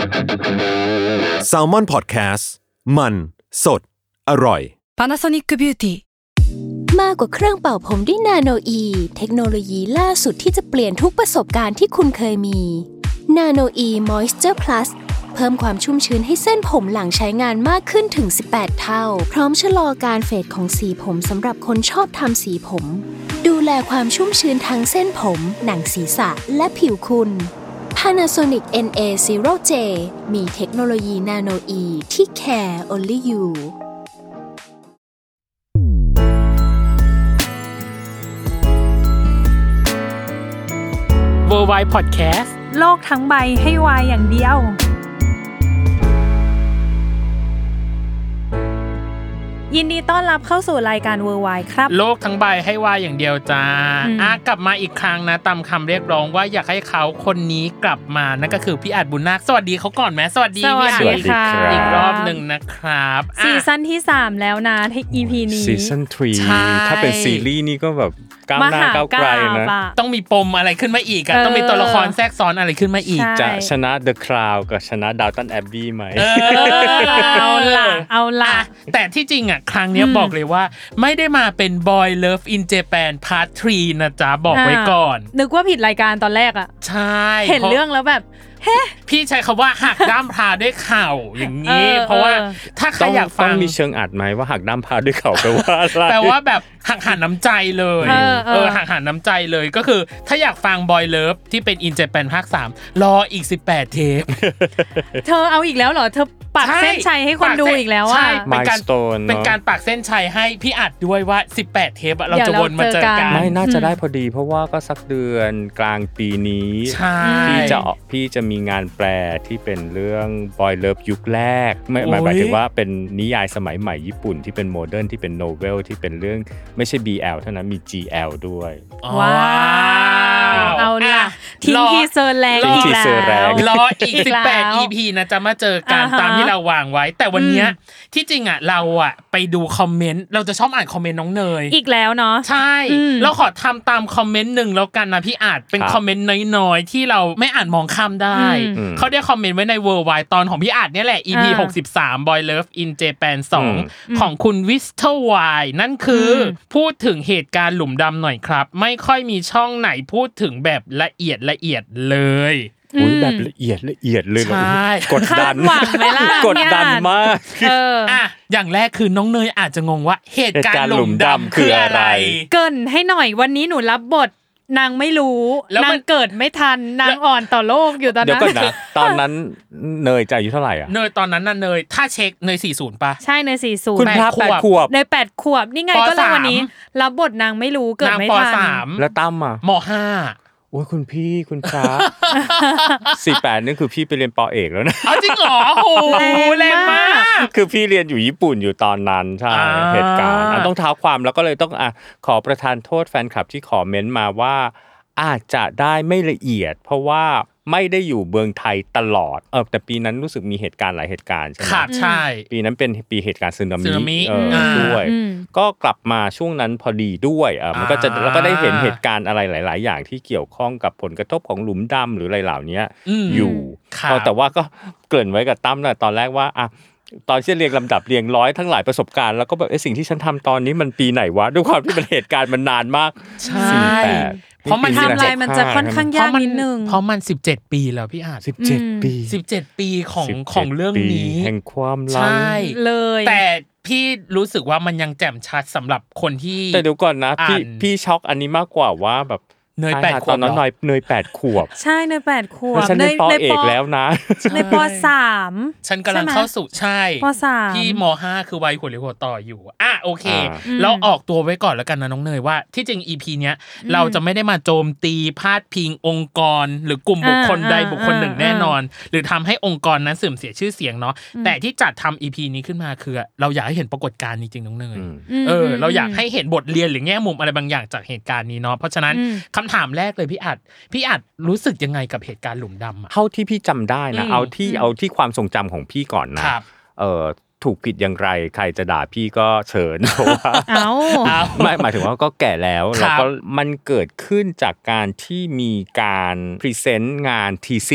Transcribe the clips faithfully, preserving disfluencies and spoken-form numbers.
Salmon Podcast มันสดอร่อย Panasonic Beauty มากกว่าเครื่องเป่าผมด้วยนาโนอีเทคโนโลยีล่าสุดที่จะเปลี่ยนทุกประสบการณ์ที่คุณเคยมีนาโนอีมอยส์เจอร์พลัสเพิ่มความชุ่มชื้นให้เส้นผมหลังใช้งานมากขึ้นถึงสิบแปดเท่าพร้อมชะลอการเฟดของสีผมสำหรับคนชอบทำสีผมดูแลความชุ่มชื้นทั้งเส้นผมหนังศีรษะและผิวคุณ Panasonic เอ็น เอ ศูนย์ เจ มีเทคโนโลยีนาโนอีที่ care only you Worldwide Podcast โลกทั้งใบให้วายอย่างเดียวยินดีต้อนรับเข้าสู่รายการ Worldwide ครับโลกทั้งใบให้วายอย่างเดียวจ้าอ่ะกลับมาอีกครั้งนะตามคำเรียกร้องว่าอยากให้เขาคนนี้กลับมานั่นก็คือพี่อาจบุญนาคสวัสดีเขาก่อนไหมสวัสดีพี่อาจอีกรอบนึงนะครับซีซั่นที่สามแล้วนะใน อี พี นี้ซีซั่นสามถ้าเป็นซีรีส์นี่ก็แบบก้าวหน้าก้าวไกลนะต้องมีปมอะไรขึ้นมาอีกอ่ะต้องมีตัวละครแทรกซ้อนอะไรขึ้นมาอีกจะชนะ The Crown กับชนะ Downton Abbey มั้ยเอาล่ะเอาล่ะแต่ที่จริงอ่ะครั้งนี้บอกเลยว่าไม่ได้มาเป็น Boy Love in Japan Part สามนะจ๊ะบอกไว้ก่อนนึกว่าผิดรายการตอนแรกอ่ะใช่เห็นเรื่องแล้วแบบเฮ้พี่ใช้คำว่าหักด้ามพาด้วยเข่าอย่างนี้เพราะว่าถ้าใครอยากฟังต้องมีเชิงอัดไหมว่าหักด้ามพาด้วยเข่าแปลว่าอะไรแปลว่าแบบหักหาน้ำใจเลยเออหักหาน้ำใจเลยก็คือถ้าอยากฟัง Boy Love ที่เป็น In Japan ภาคสามรออีกสิบแปดเทปเธอเอาอีกแล้วเหรอเธอปักเส้นชัยให้คนดูอีกแล้วอ่ะเป็นการเป็นการปักเส้นชัยให้พี่อัดด้วยว่าสิบแปดเทปเราจะวนมาเจอกันไม่น่าจะได้พอดีเพราะว่าก็สักเดือนกลางปีนี้พี่จะพี่จะมีงานแปลที่เป็นเรื่อง Boy Love ยุคแรกไม่หมายถึงว่าเป็นนิยายสมัยใหม่ญี่ปุ่นที่เป็นโมเดิร์นที่เป็นโนเวลที่เป็นเรื่องไม่ใช่ บี แอล เท่านั้นมี จี แอล ด้วยว้าวเอาล่ะทิ้งทีเซอร์แรงอีกแล้วรออีกสิบแปด อี พี นะจะมาเจอกันตามที่เราวางไว้แต่วันนี้ที่จริงอ่ะเราอ่ะไปดูคอมเมนต์เราจะชอบอ่านคอมเมนต์น้องเนยอีกแล้วเนาะใช่เราขอทำตามคอมเมนต์นึงแล้วกันนะพี่อาจเป็นคอมเมนต์น้อยๆที่เราไม่อ่านมองข้ามได้เขาได้คอมเมนต์ไว้ใน Worldwide ตอนของพี่อาจเนี่ยแหละ อี พี หกสิบสาม Boy Love in Japan สองของคุณ Whistleway นั่นคือพูดถึงเหตุการณ์หลุมดำหน่อยครับไม่ค่อยมีช่องไหนพูดถึงแบบละเอียดละเอียดเลยโอ้ยแบบละเอียดละเอียดเลยกดดันกดดันมากเอออ่ะอย่างแรกคือน้องเนยอาจจะงงว่าเหตุการณ์หลุมดำคืออะไรเกินให้หน่อยวันนี้หนูรับบทนางไม่รู้นางเกิดไม่ทันนางอ่อนต่อโลกอยู่ตอนนั้นเดี๋ยวก่อนนะตอนนั้นเนยจะอายุเท่าไหร่อ่ะเนยตอนนั้นน่ะเนยถ้าเช็คเนยสี่สิบป่ะใช่เนยสี่สิบคุณพระแปดขวบเนยแปดขวบนี่ไงก็เลยวันนี้รับบทนางไม่รู้เกิดไม่ทันแล้วตั้มอ่ะม.ห้าโอ้ยคุณพี่คุณพระสี่สิบแปดนี่คือพี่ไปเรียนป.เอกแล้วนะอ้าวจริงเหรอโหแรงมากคือพี่เรียนอยู่ญี่ปุ่นอยู่ตอนนั้นใช่เหตุการณ์ต้องเท้าความแล้วก็เลยต้องอ่ะขอประทานโทษแฟนคลับที่คอมเมนต์มาว่าอาจจะได้ไม่ละเอียดเพราะว่าไม่ได้อยู่เมืองไทยตลอดเออแต่ปีนั้นรู้สึกมีเหตุการณ์หลายเหตุการณ์ใช่มั้ยครับใช่ปีนั้นเป็นปีเหตุการณ์สึนามิเออด้วยก็กลับมาช่วงนั้นพอดีด้วยเออมันก็จะแล้วก็ได้เห็นเหตุการณ์อะไรหลายๆอย่างที่เกี่ยวข้องกับผลกระทบของหลุมดำหรืออะไรเหล่านี้อยู่แต่ว่าก็เกริ่นไว้กับตั้มน่ะตอนแรกว่าอ่ะตอนที่เรียงลำดับเรียงร้อยทั้งหลายประสบการณ์แล้วก็แบบไอ้สิ่งที่ฉันทำตอนนี้มันปีไหนวะด้วยความที่มันเหตุการณ์มันนานมากใช่เพราะมันไทม์ไลน์มันจะค่อนข้างยากนิดนึงเพราะมันสิบเจ็ดปีแล้วพี่อาจสิบเจ็ดปีสิบเจ็ดปีของของเรื่องนี้แห่งความลับใช่เลยแต่พี่รู้สึกว่ามันยังแจ่มชัดสำหรับคนที่แต่เดี๋ยวก่อนนะพี่พี่ช็อกอันนี้มากกว่าว่าแบบเนยแปดขวบตอนนั้นเนยแปดขวบใช่เนยแปดขวบในป.เอกแล้วนะในป.สามฉันกำลังเข้าสู่ใช่ป.สามพี่ม.ห้าคือวัยหัวเรียวหัวต่ออยู่อ่ะโอเคแล้วออกตัวไว้ก่อนแล้วกันนะน้องเนยว่าที่จริง อี พี เนี้ยเราจะไม่ได้มาโจมตีพาดพิงองค์กรหรือกลุ่มบุคคลใดบุคคลหนึ่งแน่นอนหรือทำให้องค์กรนั้นเสื่อมเสียชื่อเสียงเนาะแต่ที่จัดทำ อี พี นี้ขึ้นมาคือเราอยากให้เห็นปรากฏการณ์จริงๆน้องเนยเออเราอยากให้เห็นบทเรียนหรือแง่มุมอะไรบางอย่างจากเหตุการณ์นี้เนาะเพราะฉะนั้นคำถามแรกเลยพี่อัดพี่อัดรู้สึกยังไงกับเหตุการณ์หลุมดำอ่ะเท่าที่พี่จำได้นะเอาที่เอาที่ความทรงจำของพี่ก่อนนะเออถูกผิดอย่างไรใครจะด่าพี่ก็เชิญเพราะว่าไม่หมายถึงว่าก็แก่แล้วแล้วก็มันเกิดขึ้นจากการที่มีการพรีเซนต์งานทีสิทธิ์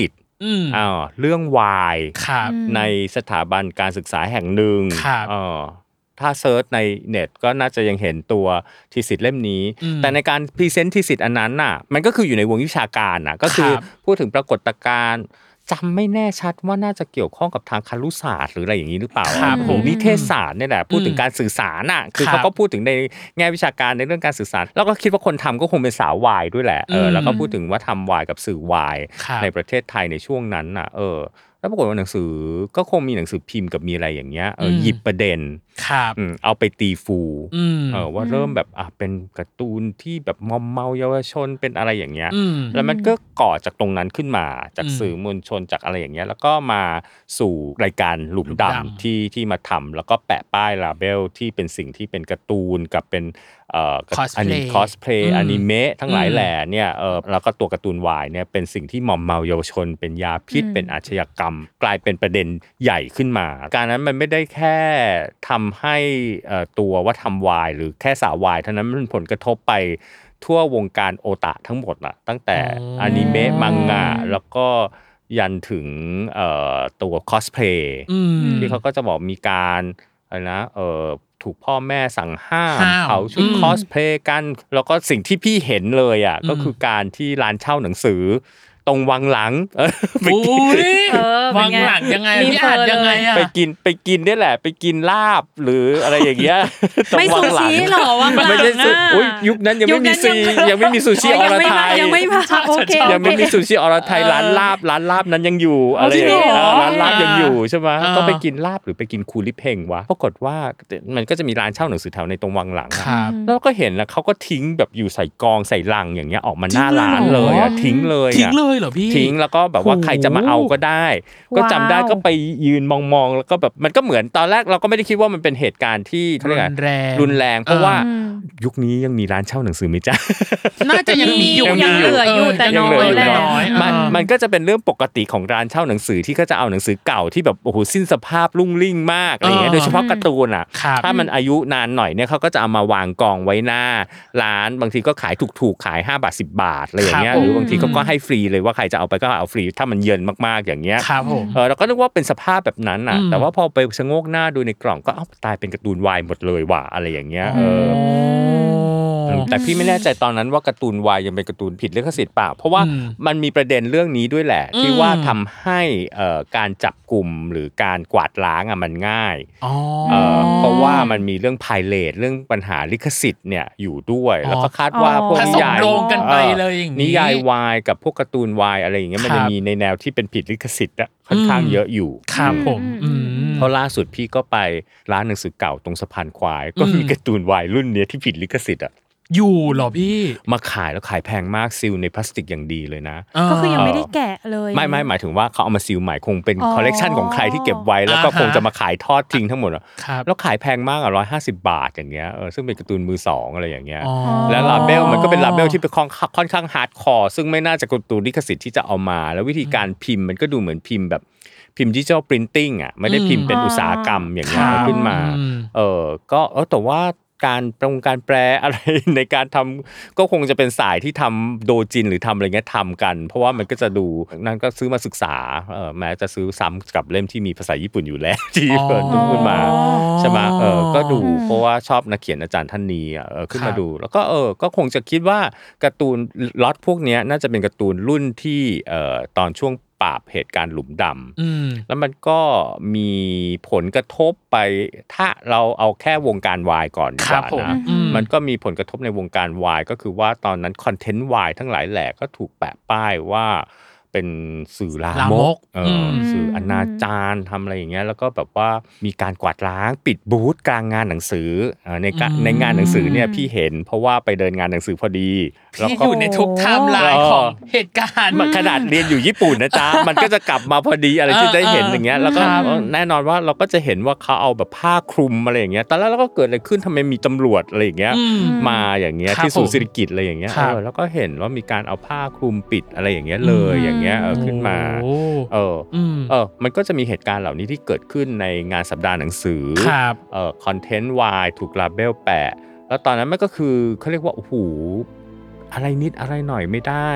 อ่าเรื่องวายในสถาบันการศึกษาแห่งหนึ่งเออถ้าเซิร์ชในเน็ตก็น่าจะยังเห็นตัวทีสิทธิ์เล่มนี้แต่ในการพรีเซนต์ทีสิทธิ์อันนั้นน่ะมันก็คืออยู่ในวงวิชาการน่ะก็คือพูดถึงปรากฏการณ์จำไม่แน่ชัดว่าน่าจะเกี่ยวข้องกับทางครุศาสตร์หรืออะไรอย่างนี้หรือเปล่าหรือนิเทศศาสตร์เนี่ยแหละพูดถึงการสื่อสารน่ะคือเขาก็พูดถึงในแง่วิชาการในเรื่องการสื่อสารแล้วก็คิดว่าคนทำก็คงเป็นสาววายด้วยแหละเออแล้วก็พูดถึงว่าทำวายกับสื่อวายในประเทศไทยในช่วงนั้นน่ะเออแล้วปรากฏว่าหนังสือก็คงมีหนังสือพิมพ์กับมีอะไรอย่างเงี้ยเออหยิบประเด็นเอาไปตีฟูเออว่าเริ่มแบบอ่ะเป็นการ์ตูนที่แบบมอมเมาเยาวชนเป็นอะไรอย่างเงี้ยแล้วมันก็ก่อจากตรงนั้นขึ้นมาจากสื่อมวลชนจากอะไรอย่างเงี้ยแล้วก็มาสู่รายการหลุมดำที่ที่มาทำแล้วก็แปะป้ายลาเบลที่เป็นสิ่งที่เป็นการ์ตูนกับเป็นเอ่ออันนี้คอสเพลย์อนิเมะทั้งหลายแหล่เนี่ยเออแล้วก็ตัวการ์ตูนวายเนี่ยเป็นสิ่งที่มอมเมาเยาวชนเป็นยาพิษเป็นอาชญากรรมกลายเป็นประเด็นใหญ่ขึ้นมาการนั้นมันไม่ได้แค่ทำให้ตัวว่าทำวายหรือแค่สาววายเท่านั้นมันผลกระทบไปทั่ววงการโอตาทั้งหมดน่ะตั้งแต่อนิเมะมังงะแล้วก็ยันถึงตัวคอสเพลย์ที่เขาก็จะบอกมีการอะไรนะเออถูกพ่อแม่สั่งห้ามเผาชุดคอสเพลย์กันแล้วก็สิ่งที่พี่เห็นเลยอ่ะก็คือการที่ร้านเช่าหนังสือตรงวังหลังไปกินวังหลังยังไงพี่อ่านยังไงอ่ะไปกินไปกินนี่แหละไปกินลาบหรืออะไรอย่างเงี้ยไม่ซูชิหรอวังหลังไม่ใช่อุ๊ยยุคนั้นยังไม่มีซียังไม่มีซูชิอรไทยยังไม่มาโอเคยังไม่มีซูชิอรไทยร้านลาบร้านลาบนั้นยังอยู่อะไรอย่างเงี้ยร้านลาบยังอยู่ใช่มั้ยก็ไปกินลาบหรือไปกินคูลิเพ่งวะปรากฏว่ามันก็จะมีร้านเช่าหนังสือแถวในตรงวังหลังแล้วก็เห็นแล้วเขาก็ทิ้งแบบอยู่ใส่กองใส่ลังอย่างเงี้ยออกมาหน้าร้านเลยอ่ะทิ้งเลยทิ้งเลยเหรอพี่ทิ้งแล้วก็แบบว่าใครจะมาเอาก็ได้ก็จำได้ก็ไปยืนมองๆแล้วก็แบบมันก็เหมือนตอนแรกเราก็ไม่ได้คิดว่ามันเป็นเหตุการณ์ที่เขาเรียกว่ารุนแรงเพราะว่ายุคนี้ยังมีร้านเช่าหนังสือมั้ยจ๊ะน่าจะยังมีอยู่ยังเหลืออยู่แต่น้อยแล้วมันมันก็จะเป็นเรื่องปกติของร้านเช่าหนังสือที่ก็จะเอาหนังสือเก่าที่แบบโอ้โหสิ้นสภาพรุ่งริ่งมากอะไรเงี้ยโดยเฉพาะการ์ตูนอ่ะถ้ามันอายุนานหน่อยเนี่ยเขาก็จะเอามาวางกองไว้หน้าร้านบางทีก็ขายถูกๆขายห้าบาทสิบบาทอะไรอย่างเงี้ยหรือบางทีเขาก็ให้ฟรีเลยว่าใครจะเอาไปก็เอาฟรีถ้ามันเยินมากๆอย่างเงี้ยครับผมเออเราก็นึกว่าเป็นสภาพแบบนั้นน่ะแต่ว่าพอไปชะโงกหน้าดูในกล่องก็เอ้าตายเป็นการ์ตูนวายหมดเลยว่ะอะไรอย่างเงี้ยเออแต่พี่ไม่แน่ใจตอนนั้นว่าการ์ตูนวายยังเป็นการ์ตูนผิดลิขสิทธิ์เปล่าเพราะว่ามันมีประเด็นเรื่องนี้ด้วยแหละที่ว่าทำให้การจับกลุ่มหรือการกวาดล้างอ่ะมันง่ายเพราะว่ามันมีเรื่องไพเรตเรื่องปัญหาลิขสิทธิ์เนี่ยอยู่ด้วยแล้วก็คาดว่าพวกนิยายกันไปเลยอย่างนี้นิยายวายกับพวกการ์ตูนวายอะไรอย่างเงี้ยมันจะมีในแนวที่เป็นผิดลิขสิทธิ์อ่ะค่อนข้างเยอะอยู่ครับผมเพราะล่าสุดพี่ก็ไปร้านหนังสือเก่าตรงสะพานควายก็มีการ์ตูนวายรุ่นเนี้ยที่ผิดลิขสิทธิ์อ่ะอยู่เหรอพี่มาขายแล้วขายแพงมากซีลในพลาสติกอย่างดีเลยนะก็คือยังไม่ได้แกะเลยไม่ไม่หมายถึงว่าเขาเอามาซีลใหม่คงเป็นคอลเลกชันของใครที่เก็บไว้แล้วก็คงจะมาขายทอดทิ้งทั้งหมดแล้วขายแพงมากอ่ะหนึ่งร้อยห้าสิบบาทอย่างเงี้ยเออซึ่งเป็นการ์ตูนมือสองอะไรอย่างเงี้ยแล้วลาเบลมันก็เป็นลาเบลที่เป็นค่อนข้างฮาร์ดคอร์ซึ่งไม่น่าจะการ์ตูนลิขสิทธิ์ที่จะเอามาแล้ววิธีการพิมพ์มันก็ดูเหมือนพิมพ์แบบพิมพ์ดิจิทัลปรินติ้งอ่ะไม่ได้พิมพ์เป็นอุตสาหกรรมอย่างเงี้ยขึ้นมาเออก็เออแต่ว่าการปรงการแปลอะไรในการทำก็คงจะเป็นสายที่ทำโดจินหรือทำอะไรเงี้ยทำกันเพราะว่ามันก็จะดูนั่นก็ซื้อมาศึกษาเออแม้จะซื้อซ้ำกับเล่มที่มีภาษาญี่ปุ่นอยู่แล้วที่เปิดขึ้นมาใช่ไหมเออก็ดูเพราะว่าชอบนักเขียนอาจารย์ท่านนี้อ่ะเออขึ้นมาดูแล้วก็เออก็คงจะคิดว่าการ์ตูนล็อตพวกนี้น่าจะเป็นการ์ตูนรุ่นที่เอ่อตอนช่วงปราบเหตุการณ์หลุมดำแล้วมันก็มีผลกระทบไปถ้าเราเอาแค่วงการวายก่อนดีกว่านะมันก็มีผลกระทบในวงการวายก็คือว่าตอนนั้นคอนเทนต์วายทั้งหลายแหล่ก็ถูกแปะป้ายว่าเป็นสื่อลามกเออสื่ออนาจารทำอะไรอย่างเงี้ยแล้วก็แบบว่ามีการกวาดล้างปิดบูธกลางงานหนังสือในในงานหนังสือเนี่ยพี่เห็นเพราะว่าไปเดินงานหนังสือพอดีแล้วก็อยู่ในทุกไทม์ไลน์ของเหตุการณ์ขนาดเรียนอยู่ญี่ปุ่นนะจ๊ะมันก็จะกลับมาพอดีอะไรที่ได้เห็นอย่างเงี้ยแล้วก็แน่นอนว่าเราก็จะเห็นว่าเขาเอาแบบผ้าคลุมอะไรอย่างเงี้ยตอนแรกเราก็เกิดอะไรขึ้นทำไมมีตำรวจอะไรอย่างเงี้ยมาอย่างเงี้ยที่ศูนย์เศรษฐกิจอะไรอย่างเงี้ยแล้วก็เห็นว่ามีการเอาผ้าคลุมปิดอะไรอย่างเงี้ยเลยอย่างเงี้ยเออขึ้นมาเออเออมันก็จะมีเหตุการณ์เหล่านี้ที่เกิดขึ้นในงานสัปดาห์หนังสือเอ่อคอนเทนต์วายถูกลาเบลแปะแล้วตอนนั้นมันก็คือเขาเรียกว่าโอ้โหอะไรนิดอะไรหน่อยไม่ได้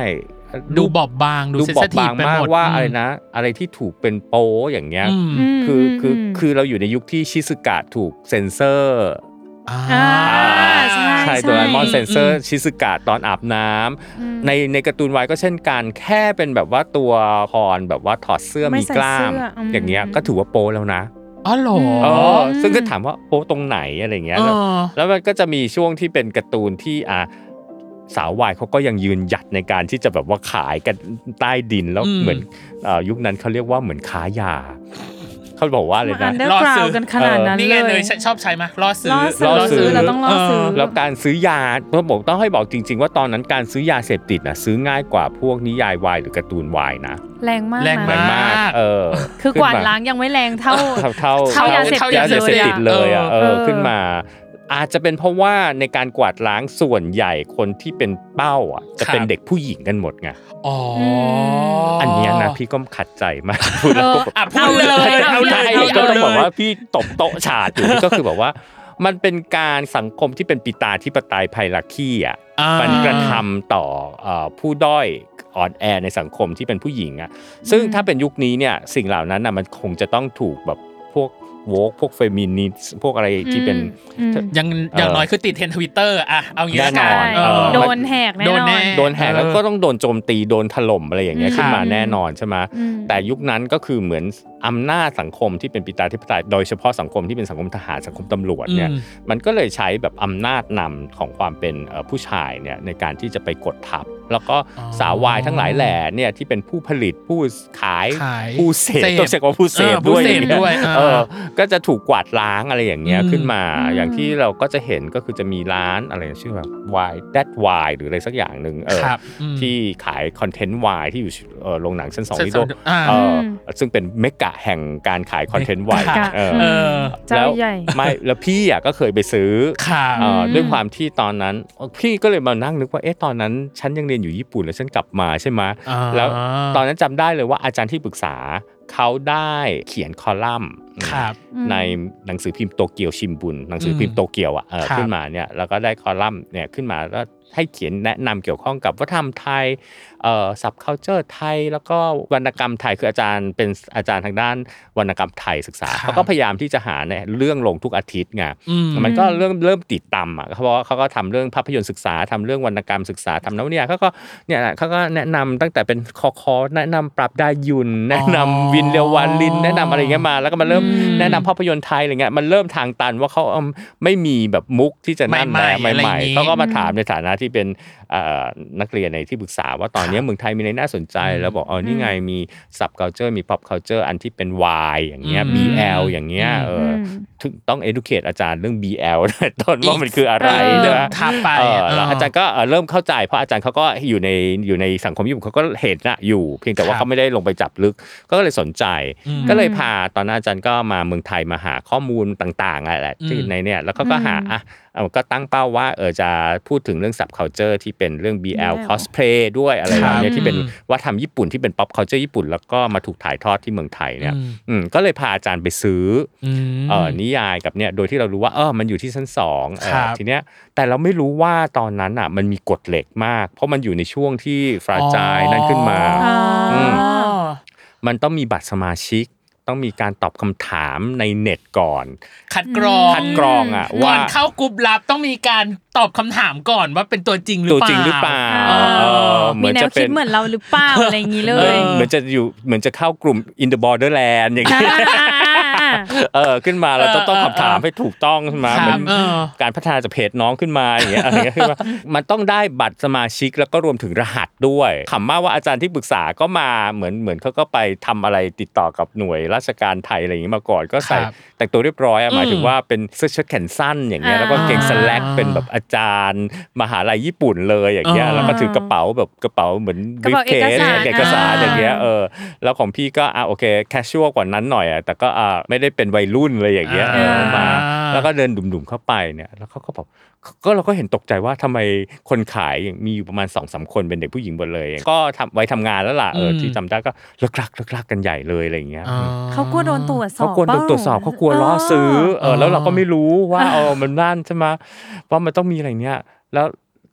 ดูบอบบางดูเซนซิทีฟไปหมดว่าอะไรนะอะไรที่ถูกเป็นโป๊อย่างเงี้ยคือคือคือเราอยู่ในยุคที่ชิซึกะถูกเซ็นเซอร์อ่าใช่ใช่โดราเอมอนเซ็นเซอร์ชิซึกะตอนอาบน้ำในในการ์ตูนวายก็เช่นกันแค่เป็นแบบว่าตัวพรแบบว่าถอดเสื้อมีกล้ามอย่างเงี้ยก็ถือว่าโป๊แล้วนะอ๋อเหรอเออซึ่งก็ถามว่าโป๊ตรงไหนอะไรเงี้ยแล้วมันก็จะมีช่วงที่เป็นการ์ตูนที่อ่ะสาววายเขาก็ยังยืนหยัดในการที่จะแบบว่าขายกันใต้ดินแล้วเหมือนยุคนั้นเขาเรียกว่าเหมือนค้ายาเขาบอกว่าเลยนะล่อซื้อกันขนาดนั้นเลยนี่ไงเลยชอบใช้มั้ยล่อซื้อล่อซื้อเราต้องล่อซื้อแล้วการซื้อยาต้องบอกต้องให้บอกจริงๆว่าตอนนั้นการซื้อยาเสพติดน่ะซื้อง่ายกว่าพวกนิยายวายหรือการ์ตูนวายนะแรงมากแรงมากเออคือกวาดล้างยังไม่แรงเท่าเท่าเท่ายาเสพติดเลยอ่ะเออขึ้นมาอาจจะเป็นเพราะว่าในการกวาดล้างส่วนใหญ่คนที่เป็นเป้าอ่ะจะเป็นเด็กผู้หญิงกันหมดไงอ๋ออันนี้นะพี่ก็ขัดใจมากพูดแล้วก็อ่ะพูดเลยเอาเลยก็ต้องบอกว่าพี่ตบโต๊ะฉาดอยู่ก็คือแบบว่ามันเป็นการสังคมที่เป็นปิตาธิปไตยไพรัคีอ่ะมันกระทำต่อผู้ด้อยอ่อนแอในสังคมที่เป็นผู้หญิงอ่ะซึ่งถ้าเป็นยุคนี้เนี่ยสิ่งเหล่านั้นน่ะมันคงจะต้องถูกแบบพวกโวกพวกเฟมินิสต์พวกอะไรที่เป็นยังอย่างน้อยคือติดเทรนด์ Twitter อ่ะเอางี้ละกันโดนแหกแน่นอนโดนแหกแล้วก็ต้องโดนโจมตีโดนถล่มอะไรอย่างเงี้ยขึ้นมาแน่นอนใช่มั้ยแต่ยุคนั้นก็คือเหมือนอำนาจสังคมที่เป็นปิตาธิปไตยโดยเฉพาะสังคมที่เป็นสังคมทหารสังคมตำรวจเนี่ยมันก็เลยใช้แบบอำนาจนำของความเป็นผู้ชายเนี่ยในการที่จะไปกดทับแล้วก็สาววายทั้งหลายแหล่เนี่ยที่เป็นผู้ผลิตผู้ขายผู้เสพต้องใช้คำว่าผู้เสพด้วยเออก็จะถูกกวาดล้างอะไรอย่างเงี้ยขึ้นมาอย่างที่เราก็จะเห็นก็คือจะมีร้านอะไรชื่อแบบ Y That Y หรืออะไรสักอย่างนึงเออที่ขายคอนเทนต์ Y ที่อยู่เอ่อโรงหนังชั้นสองที่โดเออซึ่งเป็นเมกะแห่งการขายคอนเทนต์ Y เออแล้วไม่แล้วพี่อ่ะก็เคยไปซื้อเอ่อด้วยความที่ตอนนั้นพี่ก็เลยมานั่งนึกว่าเอ๊ะตอนนั้นฉันยังเรียนอยู่ญี่ปุ่นแล้วฉันกลับมาใช่มั้ยแล้วตอนนั้นจำได้เลยว่าอาจารย์ที่ปรึกษาเขาได้เขียนคอลัมน์ในหนังสือพิมพ์โตเกียวชิมบุนหนังสือพิมพ์โตเกียวอ่ะขึ้นมาเนี่ยแล้วก็ได้คอลัมน์เนี่ยขึ้นมาแล้วให้เขียนแนะนำเกี่ยวข้องกับวัฒนธรรมไทยเอ่อซับคัลเจอร์ไทยแล้วก็วรรณกรรมไทยคืออาจารย์เป็นอาจารย์ทางด้านวรรณกรรมไทยศึกษาเขาก็พยายามที่จะหาเนี่ยเรื่องลงทุกอาทิตย์ไงมันก็เริ่มเริ่มติดตามอ่ะเพราะว่าเขาก็ทำเรื่องภาพยนตร์ศึกษาทำเรื่องวรรณกรรมศึกษาทำนวนิยายเขาก็เนี่ยเขาก็แนะนำตั้งแต่เป็นคอคอแนะนำปรับดายุนแนะนำวินเรียววาลินแนะนำอะไรเงี้ยมาแล้วก็มาเริ่มแนะนำภาพยนตร์ไทยอะไรเงี้ยมันเริ่มทางตันว่าเขาไม่มีแบบมุกที่จะนั่นแหละใหม่ๆเขาก็มาถามในฐานะที่เป็นนักเรียนในที่ปรึกษาว่าตอนนี้เมืองไทยมีอะไรน่าสนใจแล้วบอกอ๋อนี่ไงมีซับคัลเจอร์มีป๊อปคัลเจอร์อันที่เป็น Y อย่างเงี้ย บี แอล อย่างเงี้ยเออต้อง educate อาจารย์เรื่อง บี แอล ต้นว่ามันคืออะไรใช่มั้ยทับไปแล้วอาจารย์ก็เริ่มเข้าใจเพราะอาจารย์เขาก็อยู่ในอยู่ในสังคมญี่ปุ่นเขาก็เห็นน่ะอยู่เพียงแต่ว่าเขาไม่ได้ลงไปจับลึกก็เลยสนใจก็เลยพาตอนนั้นอาจารย์ก็มาเมืองไทยมาหาข้อมูลต่างๆอะไรแหละที่ในเนี่ยแล้วเขาก็หาอ่ะก็ตั้งเป้าว่าเออจะพูดถึงเรื่อง subculture ที่เป็นเรื่อง บี แอล cosplay ด้วยอะไรแบบนี้ที่เป็นวัฒนธรรมญี่ปุ่นที่เป็น pop culture ญี่ปุ่นแล้วก็มาถูกถ่ายทอดที่เมืองไทยเนี่ยอืมก็เลยพาอาจารย์ไปซื้อเอ่อนิยายกับเนี่ยโดยที่เรารู้ว่าเออมันอยู่ที่ชั้นสองเออทีเนี้ยแต่เราไม่รู้ว่าตอนนั้นอ่ะมันมีกฎเหล็กมากเพราะมันอยู่ในช่วงที่ฟราจายนั่นขึ้นมาอืมมันต้องมีบัตรสมาชิกต้องมีการตอบคำถามในเน็ตก่อนคัดกรองคัดกรองอ่ะว่าก่อนเข้ากลุ่มลับต้องมีการตอบคำถามก่อนว่าเป็นตัวจริงหรือเปล่าตัวจริงหรือเปล่าเหมือนจะเป็นเหมือนเราหรือเปล่าอะไรอย่างงี้เลยเหมือนจะอยู่เหมือนจะเข้ากลุ่ม in the borderland อย่างงี้เออขึ้นมาเราต้องต้องคำถามให้ถูกต้องขึ้นมาเหมือนการพัฒนาจากเพจน้องขึ้นมาอย่างเงี้ยอะไรเงี้ยขึ้นมามันต้องได้บัตรสมาชิกแล้วก็รวมถึงรหัสด้วยขำมากว่าอาจารย์ที่ปรึกษาก็มาเหมือนเหมือนเขาก็ไปทำอะไรติดต่อกับหน่วยราชการไทยอะไรอย่างงี้มาก่อนก็ใส่แต่งตัวเรียบร้อยหมายถึงว่าเป็นเสื้อเชิ้ตแขนสั้นอย่างเงี้ยแล้วก็เกงสแล็กเป็นแบบอาจารย์มหาลัยญี่ปุ่นเลยอย่างเงี้ยแล้วก็ถือกระเป๋าแบบกระเป๋าเหมือนบรีฟเคสเอกสารอย่างเงี้ยเออแล้วของพี่ก็อ่ะโอเคแคชชวลกว่านั้นหน่อยอ่ะแต่ก็อ่ะไม่ได้เป็นวัยรุ่นเลยอย่างเงี้ยมาแล้วก็เดินดุ่มๆเข้าไปเนี่ยแล้วเขาก็บอกก็เราก็เห็นตกใจว่าทำไมคนขายมีอยู่ประมาณ สองสาม คนเป็นเด็กผู้หญิงหมดเลยก็ทำไว้ทำงานแล้วล่ะเออที่จำได้ก็เลิกลักเลิกลักกันใหญ่เลยอะไรอย่างเงี้ยเขากลัวโดนตรวจสอบเขากลัวโดนตรวจสอบเขากลัวล้อซื้อเออแล้วเราก็ไม่รู้ว่าเออมันนั่นใช่มั้ยว่ามันต้องมีอะไรเนี้ยแล้ว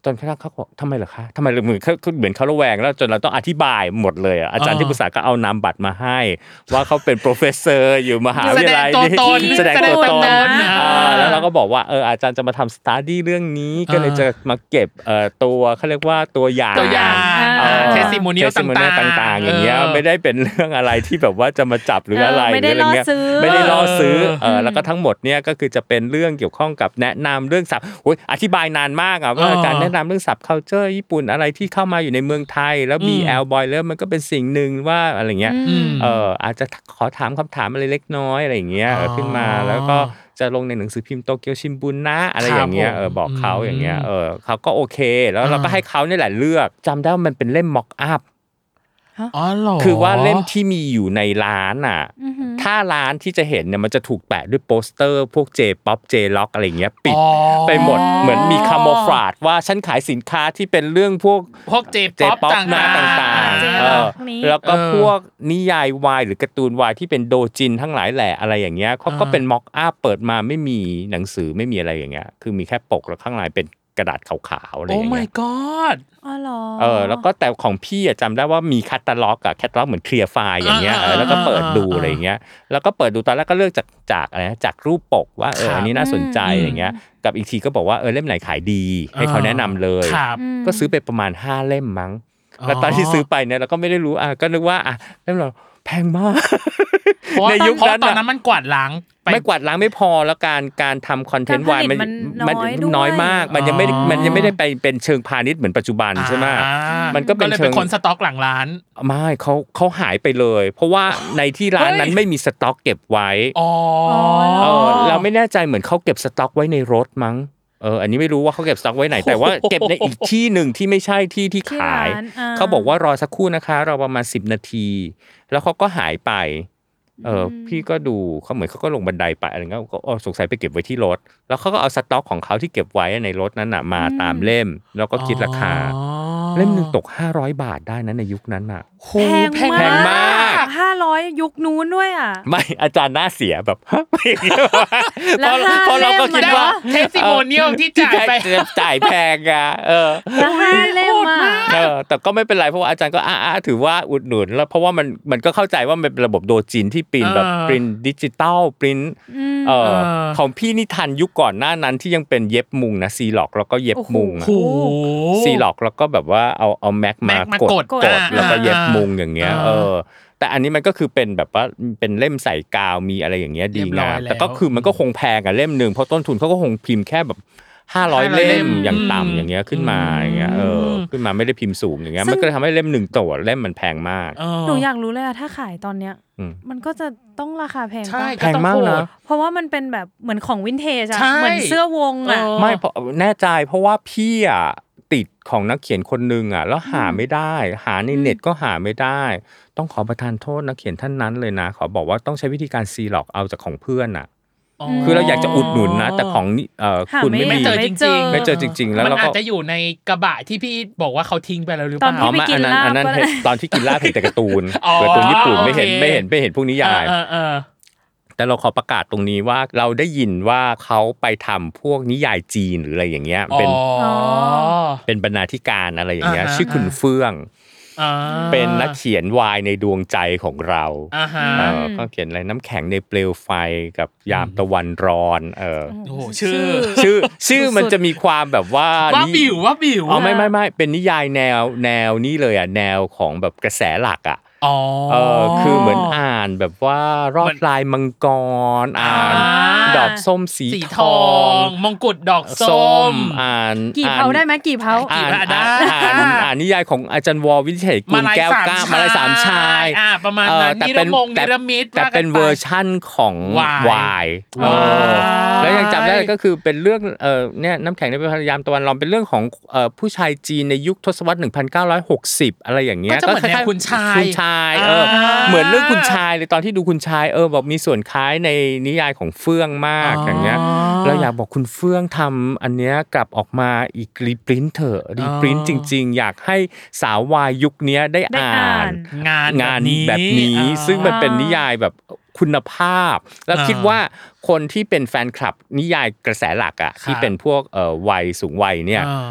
จนกระทั่งเขาบอกทำไมเหรอคะทำไมเหมือนเขาเหมือนเขาระแวงแล้วจนเราต้องอธิบายหมดเลยอ่ะอาจารย์ที่ปรึกษาก็เอานามบัตรมาให้ว่าเขาเป็นโปรเฟสเซอร์อยู่มหาวิทยาลัยนี้แสดงตัวตนแล้วเราก็บอกว่าเอออาจารย์จะมาทำสตาร์ดี้เรื่องนี้ก็เลยจะมาเก็บเอ่อตัวเขาเรียกว่าตัวอย่างตัวอย่างเทสติโมเนียลต่างๆอย่างเงี้ยไม่ได้เป็นเรื่องอะไรที่แบบว่าจะมาจับหรืออะไรหรืออะไรเงี้ยไม่ได้ล่อซื้อเออแล้วก็ทั้งหมดเนี่ยก็คือจะเป็นเรื่องเกี่ยวข้องกับแนะนำเรื่องศัพท์โอ้ยอธิบายนานมากอ่ะว่าการแนะนำเรื่องศัพท์ culture ญี่ปุ่นอะไรที่เข้ามาอยู่ในเมืองไทยแล้ว บี แอล boiler มันก็เป็นสิ่งหนึ่งว่าอะไรเงี้ยเอออาจจะขอถามคำถามอะไรเล็กน้อยอะไรอย่างเงี้ยขึ้นมาแล้วก็จะลงในหนังสือพิมพ์โตเกียวชินบุนนะอะไรอย่างเงี้ยเออบอกเขาอย่างเงี้ยเออเขาก็โอเคแล้วเราก็ให้เขาเนี่ยแหละเลือกจำได้ว่ามันเป็นเล่ม mock up อ๋อเหรอคือว่าเล่มที่มีอยู่ในร้านอ่ะถ้าร้านที่จะเห็นเนี่ยมันจะถูกแปะด้วยโปสเตอร์พวก J-pop J-rock อะไรอย่างเงี้ยปิดไปหมดเหมือนมีคาโมฟลาจว่าฉันขายสินค้าที่เป็นเรื่องพวกพวก J-pop ต่างๆเออแล้วก็พวกนิยายวายหรือการ์ตูนวายที่เป็นโดจินทั้งหลายแหละอะไรอย่างเงี้ยเขาก็เป็นม็อกอัพเปิดมาไม่มีหนังสือไม่มีอะไรอย่างเงี้ยคือมีแค่ปกแล้วข้างในเป็นกระดาษขาวๆอะไรอย่างเงี้ย Oh my god อ๋อเหรอเออแล้วก็แต่ของพี่อ่ะจำได้ว่ามีแคตตาล็อกอ่ะแคตตาล็อกเหมือนเคลียร์ไฟล์อย่างเงี้ยแล้วก็เปิดดูอะไรอย่างเงี้ยแล้วก็เปิดดูตอนแรกก็เลือกจากจากอะไรนะจากรูปปกว่าเอออันนี้น่าสนใจอย่างเงี้ยกับอีกทีก็บอกว่าเออเล่มไหนขายดีให้เขาแนะนำเลยก็ซื้อไปประมาณห้าเล่มมั้งแล้วตอนที่ซื้อไปเนี่ยเราก็ไม่ได้รู้อ่ะก็นึกว่าอ่ะเล่มเราแพงมากในยุคนั้นตอนนั้นมันกวาดล้างไม่กวาดล้างไม่พอแล้วการการทำคอนเทนต์วายมันมันน้อยมากมันยังไม่มันยังไม่ได้ไปเป็นเชิงพาณิชย์เหมือนปัจจุบันใช่ไหมมันก็เป็นเชิงคนสต็อกหลังร้านไม่เขาเขาหายไปเลยเพราะว่าในที่ร้านนั้นไม่มีสต็อกเก็บไว้อ๋อเออเราไม่แน่ใจเหมือนเขาเก็บสต็อกไว้ในรถมั้งเอออันนี้ไม่รู้ว่าเขาเก็บสต็อกไว้ไหนแต่ว่าเก็บในอีกที่นึงที่ไม่ใช่ที่ที่ขายเขาบอกว่ารอสักครู่นะคะรอประมาณสิบนาทีแล้วเขาก็หายไปเออพี่ก็ดูเขาเหมือนเขาก็ลงบันไดไปอะไรเงี้ยก็สงสัยไปเก็บไว้ที่รถแล้วเขาก็เอาสต็อกของเขาที่เก็บไว้ในรถนั้นน่ะมาตามเล่มแล้วก็คิดราคาเล่มนึงตกห้าร้อยบาทได้นะในยุคนั้นน่ะแพงแพงมากห้าร้อยยุคนู้นด้วยอ่ะไม่อาจารย์หน้าเสียแบบเพราะเพราะเราก็คิดว่าเทสติโมเนียลที่จ่ายไปจ่ายแพงอ่ะเออห้าเล่มอ่ะเออแต่ก็ไม่เป็นไรเพราะว่าอาจารย์ก็อ่าถือว่าอุดหนุนแล้วเพราะว่ามันมันก็เข้าใจว่ามันเป็นระบบโดจินที่ปริ้นแบบปริ้นดิจิตอลปริ้นเอ่อของพี่นี่ทันยุคก่อนหน้านั้นที่ยังเป็นเย็บมุงนะซีล็อกแล้วก็เย็บมุงซีล็อกแล้วก็แบบว่าเอาเอาแม็กมากดกดแล้วก็เย็บมุงอย่างเงี้ยเออแต่อันนี้มันก็คือเป็นแบบว่าเป็นเล่มใส่กาวมีอะไรอย่างเงี้ยดีงามแต่ก็คือมันก็คงแพงอ่ะเล่มนึงเพราะต้นทุนเขาก็คงพิมพ์แค่แบบห้าร้อยเล่มอย่างต่ำอย่างเงี้ยขึ้นมาอย่างเงี้ยเออขึ้นมาไม่ได้พิมพ์สูงอย่างเงี้ยมันก็ทำให้เล่มหนึ่งตัวเล่มมันแพงมากหนูอยากรู้เลยอะถ้าขายตอนเนี้ยมันก็จะต้องราคาแพงป่ะแพงมากนะเพราะว่ามันเป็นแบบเหมือนของวินเทจอะเหมือนเสื้อวงอะไม่แน่ใจเพราะว่าพี่อะติดของนักเขียนคนนึงอะแล้วหาไม่ได้หาในเน็ตก็หาไม่ได้ต้องขอประทานโทษนักเขียนท่านนั้นเลยนะขอบอกว่าต้องใช้วิธีการซีล็อกเอาจากของเพื่อนอะคือเราอยากจะอุดหนุนนะแต่ของเอ่อคุณไม่มีไม่เจอจริงๆไม่เจอจริงๆแล้วเราก็มันอาจจะอยู่ในกระบะที่พี่บอกว่าเขาทิ้งไปแล้วหรือเปล่าตอนที่ไปกินลาบอันนั้นตอนที่กินลาบเห็นแต่การ์ตูนการ์ตูนญี่ปุ่นไม่เห็นไม่เห็นไม่เห็นพวกนิยายแต่เราขอประกาศตรงนี้ว่าเราได้ยินว่าเขาไปทำพวกนิยายจีนหรืออะไรอย่างเงี้ยเป็นเป็นบรรณาธิการอะไรอย่างเงี้ยชื่อคุณเฟื่องเป็นนักเขียนวายในดวงใจของเราเออก็เขียนอะไรน้ำแข็งในเปลวไฟกับยามตะวันร้อนเออโอ้ชื่อชื่อชื่อมันจะมีความแบบว่าว่าบิวว่าบิวอ๋อไม่ไม่ไม่เป็นนิยายแนวแนวนี้เลยอ่ะแนวของแบบกระแสหลักอ่ะเออคือเหมือนอ่านแบบว่ารอดลายมังกรอ่านดอกส้มสีทองมงกุฎดอกส้มอ่านกี่เผาได้ไหมกี่เผาอ่านอ่านอ่านนิยายของอาจารย์วอวิเศษกุลแก้วกล้ามาลายสามชายอ่าประมาณนั้นนิรมงนิรมิตแต่เป็นเวอร์ชั่นของวายแล้วยังจำได้ก็คือเป็นเรื่องเออเนี่ยน้ำแข็งในพยามตะวันร้อนเป็นเรื่องของเอ่อผู้ชายจีนในยุคทศวรรษหนึ่งพันเก้าร้อยหกสิบอะไรอย่างเงี้ยก็คล้ายๆคุณชายคุณชายเออเหมือนเรื่องคุณชายเลยตอนที่ดูคุณชายเออแบบมีส่วนคล้ายในนิยายของเฟื่องมากอย่างเงี้ยเราอยากบอกคุณเฟื่องทำอันเนี้ยกลับออกมาอีกรีพรินท์เถอะรีพรินท์จริงๆอยากให้สาววายยุคนี้ได้อ่านงานงานแบบนี้ซึ่งมันเป็นนิยายแบบคุณภาพแล้วคิดว่าคนที่เป็นแฟนคลับนิยายกระแสหลักอ่ะที่เป็นพวกเอ่อวัยสูงวัยเนี่ย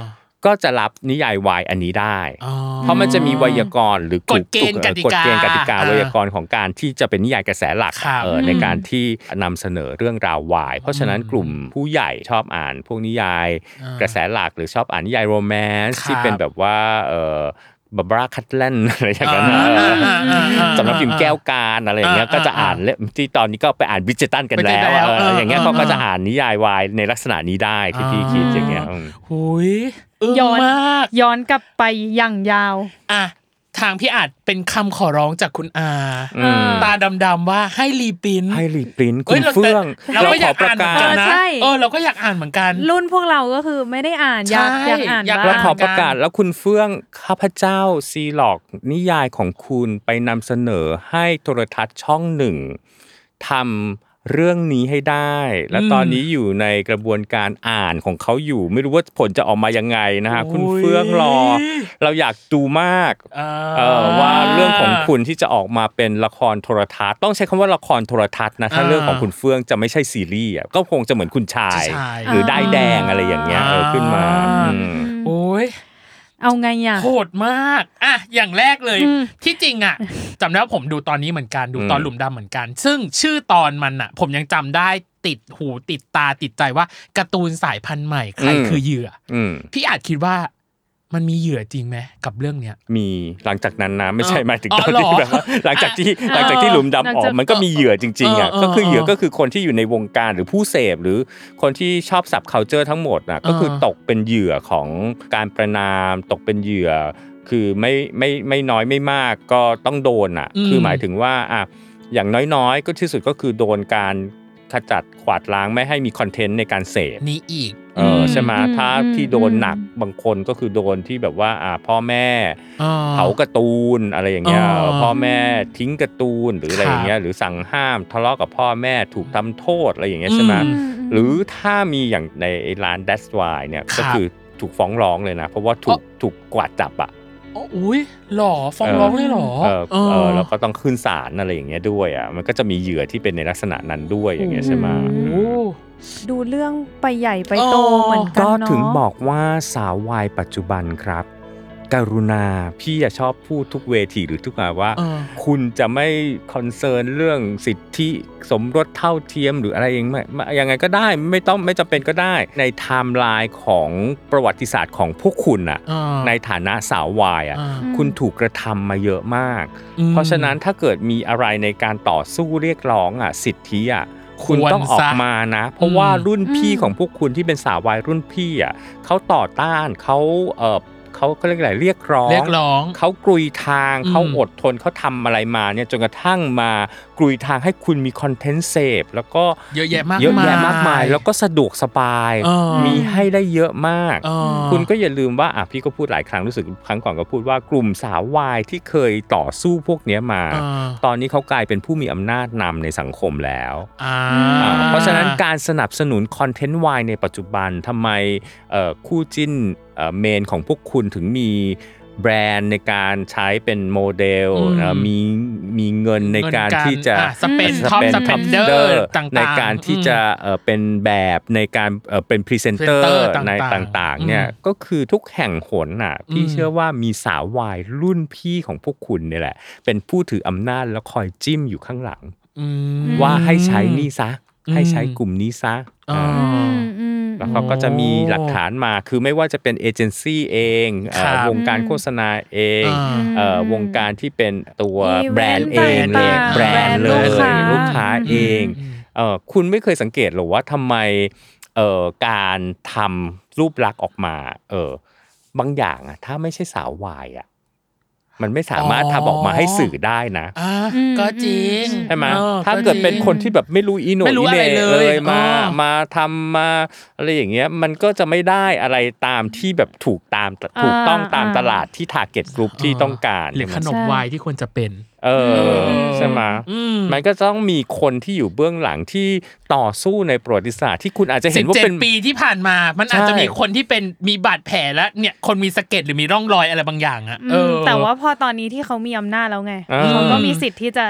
ก็จะรับนิยายวายอันนี้ได้เพราะมันจะมีไวยากรณ์หรือกฎเกณฑ์กติกากติกาไวยากรณ์ของการที่จะเป็นนิยายกระแสหลักเออในการที่นำเสนอเรื่องราววายเพราะฉะนั้นกลุ่มผู้ใหญ่ชอบอ่านพวกนิยายกระแสหลักหรือชอบอ่านนิยายโรแมนต์ที่เป็นแบบว่าเออบาบาร่าคัตแลนอะไรอย่างเงี้ยสำนักพิมพ์แก้วการอะไรอย่างเงี้ยก็จะอ่านที่ตอนนี้ก็ไปอ่านบริดเจตันกันแล้วอย่างเงี้ยเขาก็จะอ่านนิยายวายในลักษณะนี้ได้ที่พี่คิดอย่างเงี้ยหุยย้อนย้อนกลับไปอย่างยาวอ่ะทางพี่อาจเป็นคำขอร้องจากคุณอาตาดำๆว่าให้รีปริ้นให้รีปริ้นคุณเฟื่องเราก็อยากอ่านเหมือนกันนะเออเราก็อยากอ่านเหมือนกันรุ่นพวกเราก็คือไม่ได้อ่านอยากอยากอ่านบ้างแล้วขอประกาศแล้วคุณเฟื่องข้าพเจ้าซีล็อกนิยายของคุณไปนำเสนอให้โทรทัศน์ช่องหนึ่งทำเรื่องนี้ให้ได้และตอนนี้อยู่ในกระบวนการอ่านของเขาอยู่ไม่รู้ว่าผลจะออกมายังไงนะฮะคุณเฟื่องรอเราอยากดูมากเออว่าเรื่องของคุณที่จะออกมาเป็นละครโทรทัศน์ต้องใช้คำว่าละครโทรทัศน์นะถ้าเรื่องของคุณเฟื่องจะไม่ใช่ซีรีส์ก็คงจะเหมือนคุณชายหรือได้แดงอะไรอย่างเงี้ยเออขึ้นมาโอ้ยเอาไงอ่ะโหดมากอ่ะอย่างแรกเลยที่จริงอ่ะจำได้ว่าผมดูตอนนี้เหมือนกันดูตอนหลุมดำเหมือนกันซึ่งชื่อตอนมันอ่ะผมยังจำได้ติดหูติดตาติดใจว่าการ์ตูนสายพันธุ์ใหม่ใครคือเหยื่อพี่อาจคิดว่ามันมีเหยื่อจริงไหมกับเรื่องเนี้ยมีหลังจากนั้นนะไม่ใช่หมายถึงตอนที่แบบว่าหลังจากที่หลังจากที่หลุมดำออกมันก็มีเหยื่อจริงๆอ่ะก็คือเหยื่อก็คือคนที่อยู่ในวงการหรือผู้เสพหรือคนที่ชอบซับคัลเจอร์ทั้งหมดน่ะก็คือตกเป็นเหยื่อของการประณามตกเป็นเหยื่อคือไม่ไม่ไม่น้อยไม่มากก็ต้องโดนอ่ะคือหมายถึงว่าอ่ะอย่างน้อยๆก็ที่สุดก็คือโดนการขจัดขวาดล้างไม่ให้มีคอนเทนต์ในการเสพนี่อีกเออใช่ไหมถ้าที่โดนหนักบางคนก็คือโดนที่แบบว่าอ่าพ่อแม่เผาการ์ตูนอะไรอย่างเงี้ยพ่อแม่ทิ้งการ์ตูนหรืออะไรอย่างเงี้ยหรือสั่งห้ามทะเลาะกับพ่อแม่ถูกทำโทษอะไรอย่างเงี้ยใช่ไหมหรือถ้ามีอย่างในร้าน That's Why เนี่ยก็คือถูกฟ้องร้องเลยนะเพราะว่าถูกถูกกวาดจับอ่ะอุ้ยหรอฟ้องร้องเลยหรอเออเออแล้วก็ต้องขึ้นศาลอะไรอย่างเงี้ยด้วยอ่ะมันก็จะมีเหยื่อที่เป็นในลักษณะนั้นด้วยอย่างเงี้ยใช่ไหมดูเรื่องไปใหญ่ไปโตเหมือนกันเนาะก็ถึงบอกว่าสาววายปัจจุบันครับกรุณาพี่ชอบพูดทุกเวทีหรือทุกงานว่าคุณจะไม่คอนเซิร์นเรื่องสิทธิสมรสเท่าเทียมหรืออะไรอย่างไงยังไงก็ได้ไม่ต้องไม่จำเป็นก็ได้ในไทม์ไลน์ของประวัติศาสตร์ของพวกคุณน่ะในฐานะสาววายอ่ะคุณถูกกระทำมาเยอะมากเพราะฉะนั้นถ้าเกิดมีอะไรในการต่อสู้เรียกร้องอ่ะสิทธิอ่ะคุณต้องออกมานะเพราะว่ารุ่นพี่ของพวกคุณที่เป็นสาววายรุ่นพี่อ่ะเขาต่อต้านเขาเอ่อเขาเขาเรียกอะไรเรียกร้องเรียกร้องเขากลุยทางเขาอดทนเขาทำอะไรมาเนี่ยจนกระทั่งมากลุยทางให้คุณมีคอนเทนต์เสพแล้วก็เยอะแยะมากเยอะแยะมากมายแล้วก็สะดวกสบายมีให้ได้เยอะมากคุณก็อย่าลืมว่าอ่ะพี่ก็พูดหลายครั้งรู้สึกครั้งก่อนก็พูดว่ากลุ่มสาววายที่เคยต่อสู้พวกนี้มาตอนนี้เขากลายเป็นผู้มีอำนาจนำในสังคมแล้วเพราะฉะนั้นการสนับสนุนคอนเทนต์วายในปัจจุบันทำไมคู่จิ้นเมนของพวกคุณถึงมีแบรนด์ในการใช้เป็นโมเดลมีมีเงินในการที่จะสเปนท็อปสเปนเดอร์ในการที่จะเป็นแบบในการเป็นพรีเซนเตอร์ในต่างๆเนี่ยก็คือทุกแห่งหนน่ะพี่เชื่อว่ามีสาววายรุ่นพี่ของพวกคุณนี่แหละเป็นผู้ถืออำนาจแล้วคอยจิ้มอยู่ข้างหลังว่าให้ใช้นี่ซะให้ใช้กลุ่มนี้ซะแล้วเขาก็จะมีหลักฐานมาคือไม่ว่าจะเป็นเอเจนซี่เองวงการโฆษณาเองวงการที่เป็นตัวแบรนด์เองเลยแบรนด์เลยลูกค้าเองคุณไม่เคยสังเกตหรอว่าทำไมการทำรูปลักษณ์ออกมาบางอย่างถ้าไม่ใช่สาววายอ่ะมันไม่สามารถทำออกมาให้สื่อได้นะก็จริงใช่ไหมถ้าเกิดเป็นคนที่แบบไม่รู้อีโหนอีเหน่เลยมามาทำมาอะไรอย่างเงี้ยมันก็จะไม่ได้อะไรตามที่แบบถูกตามถูกต้องตามตลาดที่ target group ที่ต้องการหรือขนมวายที่ควรจะเป็นเออใช่ไหมมันก็ต้องมีคนที่อยู่เบื้องหลังที่ต่อสู้ในประวัติศาสตร์ที่คุณอาจจะเห็นว่าเป็นสิบเจ็ดปีที่ผ่านมามันอาจจะมีคนที่เป็นมีบาดแผลและเนี่ยคนมีสะเก็ดหรือมีร่องรอยอะไรบางอย่างอ่ะแต่ว่าพอตอนนี้ที่เขามีอำนาจแล้วไงเขาก็มีสิทธิ์ที่จะ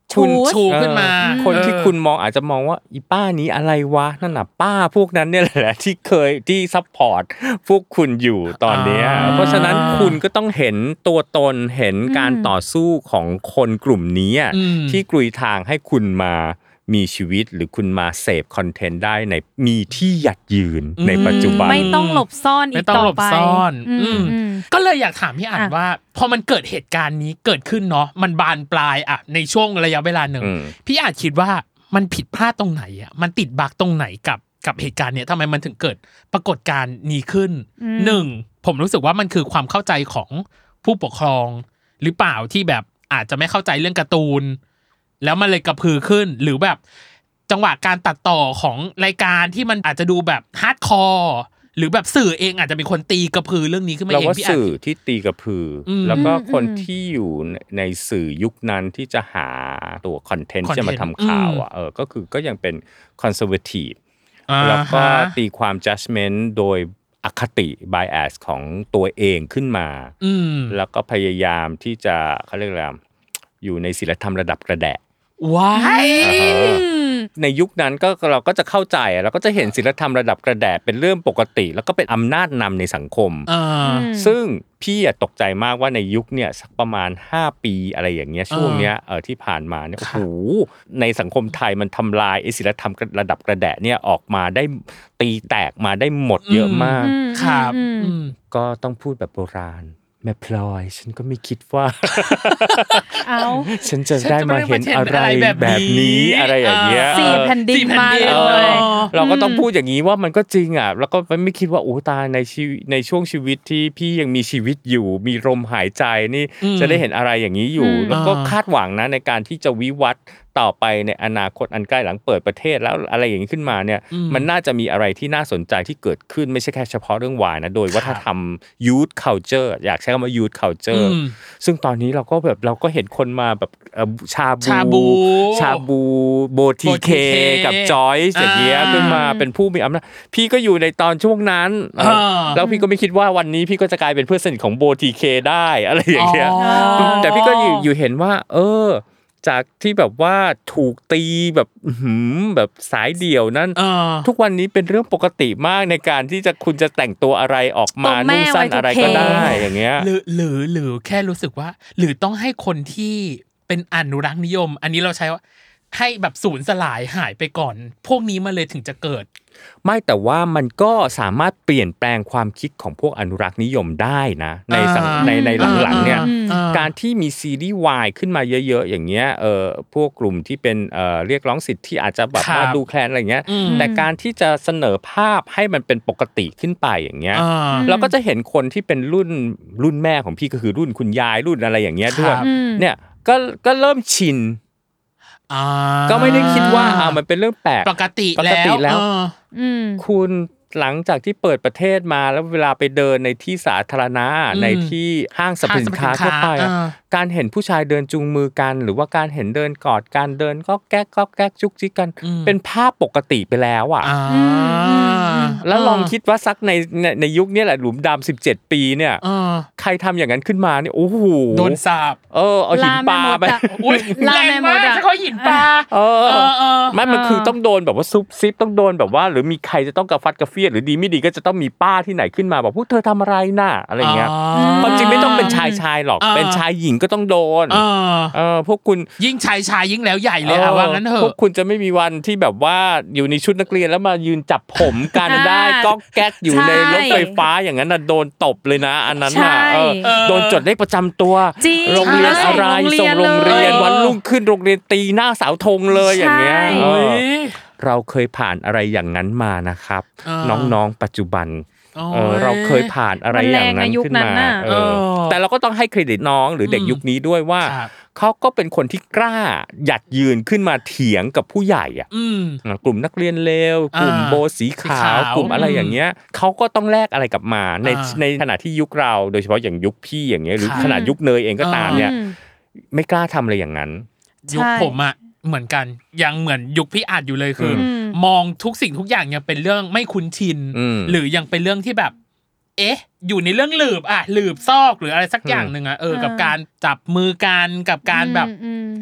คุณชูขึ้นมาคนที่คุณมองอาจจะมองว่าอีป้านี้อะไรวะนั่นน่ะป้าพวกนั้นเนี่ยแหละที่เคยที่ซัพพอร์ตพวกคุณอยู่ตอนนี้เพราะฉะนั้นคุณก็ต้องเห็นตัวตนเห็นการต่อสู้ของคนกลุ่มนี้ที่กลุยทางให้คุณมามีชีวิตหรือคุณมาเสพคอนเทนต์ได้ในมีที่หยัดยืนในปัจจุบันไม่ต้องหลบซ่อนอีกต่อไปก็เลยอยากถามพี่อั๋นว่าพอมันเกิดเหตุการณ์นี้เกิดขึ้นเนาะมันบานปลายอ่ะในช่วงระยะเวลาหนึ่งพี่อั๋นคิดว่ามันผิดพลาดตรงไหนอ่ะมันติดบั๊กตรงไหนกับกับเหตุการณ์เนี้ยทำไมมันถึงเกิดปรากฏการณ์นี้ขึ้นหนึ่งผมรู้สึกว่ามันคือความเข้าใจของผู้ปกครองหรือเปล่าที่แบบอาจจะไม่เข้าใจเรื่องการ์ตูนแล้วมันเลยกระพือขึ้นหรือแบบจังหวะการตัดต่อของรายการที่มันอาจจะดูแบบฮาร์ดคอร์หรือแบบสื่อเองอาจจะเป็นคนตีกระพือเรื่องนี้ขึ้นมาเองพี่อ่ะเราว่าสื่อที่ตีกระพือแล้วก็คนที่อยู่ในสื่อยุคนั้นที่จะหาตัวคอนเทนต์จะมาทำข่าวอ่ะเออก็คือก็ยังเป็นคอนเซอร์เวทีฟแล้วก็ตีความ judgment โดยอคติ bias ของตัวเองขึ้นมาแล้วก็พยายามที่จะเขาเรียกอะไรอยู่ในศีลธรรมระดับกระแดะว้ายในยุคนั้นก็เราก็จะเข้าใจเราก็จะเห็นศีลธรรมระดับกระแดะเป็นเรื่องปกติแล้วก็เป็นอำนาจนำในสังคมซึ่งพี่ตกใจมากว่าในยุคเนี่ยสักประมาณห้าปีอะไรอย่างเงี้ยช่วงเนี้ยเออที่ผ่านมาเนี่ยโอ้โหในสังคมไทยมันทำลายไอ้ศีลธรรมระดับกระแดะเนี่ยออกมาได้ตีแตกมาได้หมดเยอะมากครับก็ต้องพูดแบบโบราณแม่พลอยฉันก็ไม่คิดว่าเอาฉันจะได้มาเห็นอะไรแบบนี้อะไรอย่างเงี้ยสี่แผ่นดินมาเลยเราก็ต้องพูดอย่างนี้ว่ามันก็จริงอ่ะแล้วก็ไม่คิดว่าโอ้ตายในชีวิตในช่วงชีวิตที่พี่ยังมีชีวิตอยู่มีลมหายใจนี่จะได้เห็นอะไรอย่างนี้อยู่แล้วก็คาดหวังนะในการที่จะวิวัฒน์ต่อไปในอนาคตอันใกล้หลังเปิดประเทศแล้วอะไรอย่างนี้ขึ้นมาเนี่ยมันน่าจะมีอะไรที่น่าสนใจที่เกิดขึ้นไม่ใช่แค่เฉพาะเรื่องวายนะโดยวัฒนธรรม youth culture อยากใช้คำว่า youth culture ซึ่งตอนนี้เราก็แบบเราก็เห็นคนมาแบบชาบูชาบูโบทีเคกับจอยส์อย่างเงี้ยขึ้นมาเป็นผู้มีอำนาจพี่ก็อยู่ในตอนช่วงนั้นแล้วพี่ก็ไม่คิดว่าวันนี้พี่ก็จะกลายเป็นเพื่อนสนิทของโบทีเคได้อะไรอย่างเงี้ยแต่พี่ก็อยู่เห็นว่าเออจากที่แบบว่าถูกตีแบบหืมแบบสายเดี่ยวนั้นทุกวันนี้เป็นเรื่องปกติมากในการที่จะคุณจะแต่งตัวอะไรออกมานุ่งสั้นอะไรก็ได้อย่างเงี้ยหรือหรือหรือแค่รู้สึกว่าหรือต้องให้คนที่เป็นอนุรักษ์นิยมอันนี้เราใช้ว่าให้แบบสูญสลายหายไปก่อนพวกนี้มาเลยถึงจะเกิดไม่แต่ว่ามันก็สามารถเปลี่ยนแปลงความคิดของพวกอนุรักษ์นิยมได้นะในในในหลังๆเนี่ยการที่มีซีรีส์วายขึ้นมาเยอะๆอย่างเงี้ยเออพวกกลุ่มที่เป็นเอ่อเรียกร้องสิทธิ์ที่อาจจะแบบมาดูแคลนอะไรเงี้ยแต่การที่จะเสนอภาพให้มันเป็นปกติขึ้นไปอย่างเงี้ยเราก็จะเห็นคนที่เป็นรุ่นรุ่นแม่ของพี่ก็คือรุ่นคุณยายรุ่นอะไรอย่างเงี้ยด้วยเนี่ยก็ก็เริ่มชินก็ไม่ได้คิดว่าอ่ามันเป็นเรื่องแปลกปกติแล้วคุณหลังจากที่เปิดประเทศมาแล้วเวลาไปเดินในที่สาธารณะในที่ห้างสรรพสินค้าทั่วไปการเห็นผู้ชายเดินจูงมือกันหรือว่าการเห็นเดินกอดกันเดินก็แก๊กก็แก๊กจุกจิกกันเป็นภาพปกติไปแล้วอ่ะแล้วลองคิดว่าซักในในยุคนี้แหละหลุมดำสิบเจ็ดปีเนี่ยใครทำอย่างนั้นขึ้นมาเนี่ยโอ้โหโดนสาบเออเอาหินปลาไปอุ้ยแรงมากใช้เขาหินปลาเออไม่มันคือต้องโดนแบบว่าซุบซิบต้องโดนแบบว่าหรือมีใครจะต้องกระฟัดกระเฟียดหรือดีไม่ดีก็จะต้องมีป้าที่ไหนขึ้นมาบอกพวกเธอทำอะไรน่ะอะไรเงี้ยความจริงไม่ต้องเป็นชายชายหรอกเป็นชายหญิงก็ต้องโดนเออพวกคุณยิ่งชายชายยิ่งแล้วใหญ่เลยอ่ะว่างั้นเถอะพวกคุณจะไม่มีวันที่แบบว่าอยู่ในชุดนักเรียนแล้วมายืนจับผมกันได้ก็แก๊กอยู่ในรถไฟฟ้าอย่างนั้นน่ะโดนตบเลยนะอันนั้นน่ะโดนจดเลขประจำตัวโรงเรียนอะไรส่งโรงเรียนวันรุ่งขึ้นโรงเรียนตีหน้าเสาธงเลยอย่างเงี้ยเราเคยผ่านอะไรอย่างนั้นมานะครับน้องๆปัจจุบันเออเราเคยผ่านอะไรอย่างนั้นขึ้นมาเออแต่เราก็ต้องให้เครดิตน้องหรือเด็กยุคนี้ด้วยว่าเขาก็เป็นคนที่กล้าหยัดยืนขึ้นมาเถียงกับผู้ใหญ่อ่ะกลุ่มนักเรียนเลวกลุ่มโบสีขาวกลุ่มอะไรอย่างเงี้ยเขาก็ต้องแลกอะไรกลับมาในในขณะที่ยุคเราโดยเฉพาะอย่างยุคพี่อย่างเงี้ยหรือขนาดยุคเนยเองก็ตามเนี่ยไม่กล้าทำอะไรอย่างนั้นยุคผมอ่ะเหมือนกันยังเหมือนยุคพี่อาจอยู่เลยคือมองทุกสิ่งทุกอย่างยังเป็นเรื่องไม่คุ้นชินหรือยังเป็นเรื่องที่แบบเอ๊ะอยู่ในเรื่องหลืบอ่ะหลืบซอกหรืออะไรสักอย่างนึงอ่ะเออกับการจับมือกันกับการแบบอ่ะ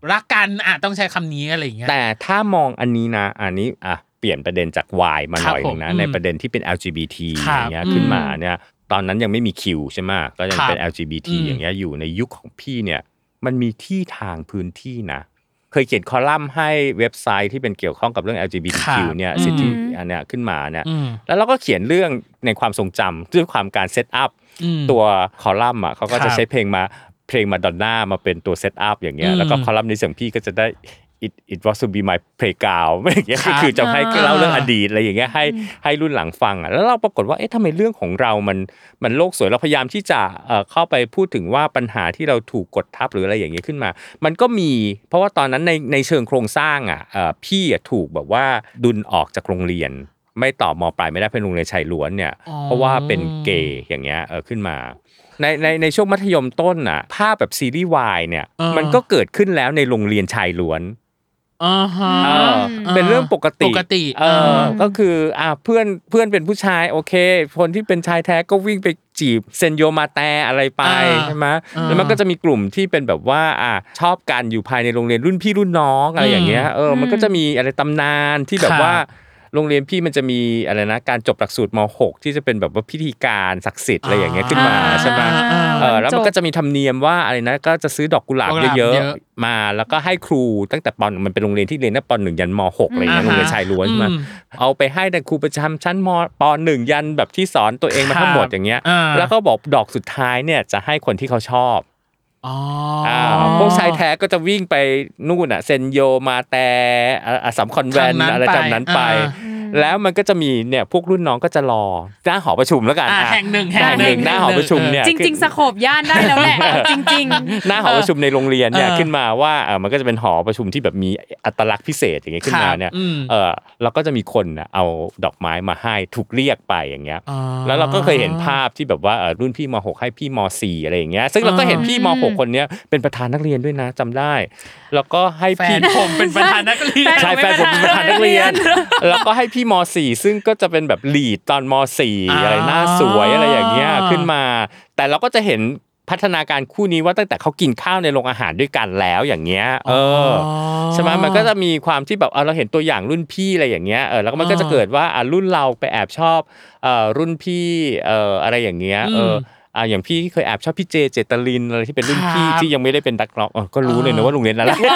รักกันอ่ะต้องใช้คำนี้อะไรอย่างเงี้ยแต่ถ้ามองอันนี้นะอันนี้อ่ะเปลี่ยนประเด็นจาก Y มาหน่อยนึงนะในประเด็นที่เป็น แอล จี บี ที อย่างเงี้ยขึ้นมาเนี่ยตอนนั้นยังไม่มี Q ใช่ไหมก็ยังเป็น แอล จี บี ที อย่างเงี้ยอยู่ในยุคของพี่เนี่ยมันมีที่ทางพื้นที่นะเคยเขียนคอลัมน์ให้เว็บไซต์ที่เป็นเกี่ยวข้องกับเรื่อง แอล จี บี ที คิว เนี่ยสิทธิอันเนี้ยขึ้นมาเนี่ยแล้วเราก็เขียนเรื่องในความทรงจำด้วยความการเซตอัพตัวคอลัมน์อ่ะเขาก็จะใช้เพลงมาเพลงมาดอนน่ามาเป็นตัวเซตอัพอย่างเงี้ยแล้วก็คอลัมน์ในเสียงพี่ก็จะได้ it it was to be my playground ไม่อย่างเงี้ยคือจะให้เล่าเรื่องอดีตอะไรอย่างเงี้ยให้ให้รุ่นหลังฟังอ่ะแล้วเราปรากฏว่าเอ๊ะทำไมเรื่องของเรามันมันโลกสวยเราพยายามที่จะเอ่อเข้าไปพูดถึงว่าปัญหาที่เราถูกกดทับหรืออะไรอย่างเงี้ยขึ้นมามันก็มีเพราะว่าตอนนั้นในในเชิงโครงสร้างอ่ะเอ่อพี่อ่ะถูกแบบว่าดุลออกจากโรงเรียนไม่ต่อม.ปลายไม่ได้เป็นโรงเรียนชายล้วนเนี่ยเพราะว่าเป็นเกย์อย่างเงี้ยเออขึ้นมาในในในช่วงมัธยมต้นน่ะภาพแบบซีรีส์วายเนี่ยมันก็เกิดขึ้นแล้วในโรงเรียนชายล้วนอ่าฮะเป็นเรื่องปกติปกติเออก็คืออ่ะเพื่อนเพื่อนเป็นผู้ชายโอเคคนที่เป็นชายแท้ก็วิ่งไปจีบเซนโยมาแต่อะไรไปใช่มั้ยแล้วมันก็จะมีกลุ่มที่เป็นแบบว่าอ่ะชอบกันอยู่ภายในโรงเรียนรุ่นพี่รุ่นน้องอะไรอย่างเงี้ยเออมันก็จะมีอะไรตำนานที่แบบว่าโรงเรียนพี่มันจะมีอะไรนะการจบหลักสูตรม.หก ที่จะเป็นแบบว่าพิธีการศักดิ์สิทธิ์อะไรอย่างเงี้ยขึ้นมาใช่มั้ยเออแล้วมันก็จะมีธรรมเนียมว่าอะไรนะก็จะซื้อดอกกุหลาบเยอะๆมาแล้วก็ให้ครูตั้งแต่ป.มันเป็นโรงเรียนที่เรียนตั้งแต่ป.หนึ่งยันม.หกอะไรอย่างเงี้ยโรงเรียนชายล้วนใช่มั้ยเอาไปให้แต่ครูประจำชั้นม.ป.หนึ่งยันแบบที่สอนตัวเองมาทั้งหมดอย่างเงี้ยแล้วก็บอกดอกสุดท้ายเนี่ยจะให้คนที่เขาชอบอ๋ออ่าพวกชายแท้ก็จะวิ่งไปนู่นน่ะเซนโยมาแต่อสัมคอนแวนต์อะไรจำนั้นไปแล้วมันก็จะมีเนี่ยพวกรุ่นน้องก็จะรอหน้าหอประชุมแล้วกันอ่ะแห่งหนึ่งแห่งหนึ่งหน้าหอประชุมเนี่ยจริงๆสโคปย่านได้แล้วแหละจริงๆหน้าหอประชุมในโรงเรียนเนี่ยขึ้นมาว่าเออมันก็จะเป็นหอประชุมที่แบบมีอัตลักษณ์พิเศษอย่างเงี้ยขึ้นมาเนี่ยเออเราก็จะมีคนน่ะเอาดอกไม้มาให้ถูกเรียกไปอย่างเงี้ยแล้วเราก็เคยเห็นภาพที่แบบว่ารุ่นพี่ม.หกให้พี่ม.สี่อะไรอย่างเงี้ยซึ่งเราก็เห็นพี่ม.หกคนเนี้ยเป็นประธานนักเรียนด้วยนะจำได้แล้วก็ให้พี่ผมเป็นประธานนักเรียนใช่แฟนผมเป็นประธานนักเรียนแล้วก็ให้พี่ม.สี่ซึ่งก็จะเป็นแบบลีดตอนม.สี่อะไรหน้าสวยอะไรอย่างเงี้ยขึ้นมาแต่เราก็จะเห็นพัฒนาการคู่นี้ว่าตั้งแต่เขากินข้าวในโรงอาหารด้วยกันแล้วอย่างเงี้ยเออใช่มั้ยมันก็จะมีความที่แบบเออเราเห็นตัวอย่างรุ่นพี่อะไรอย่างเงี้ยเออแล้วก็มันก็จะเกิดว่าอ่ะรุ่นเราไปแอบชอบเอ่อรุ่นพี่เอ่ออะไรอย่างเงี้ยเอออ่ะอย่างพี่เคยแอบชอบพี่เจเจตลินอะไรที่เป็นรุ่นพี่ที่ยังไม่ได้เป็นนักร้องเออก็รู้เลยนะว่าโรงเรียนนั้นแหละ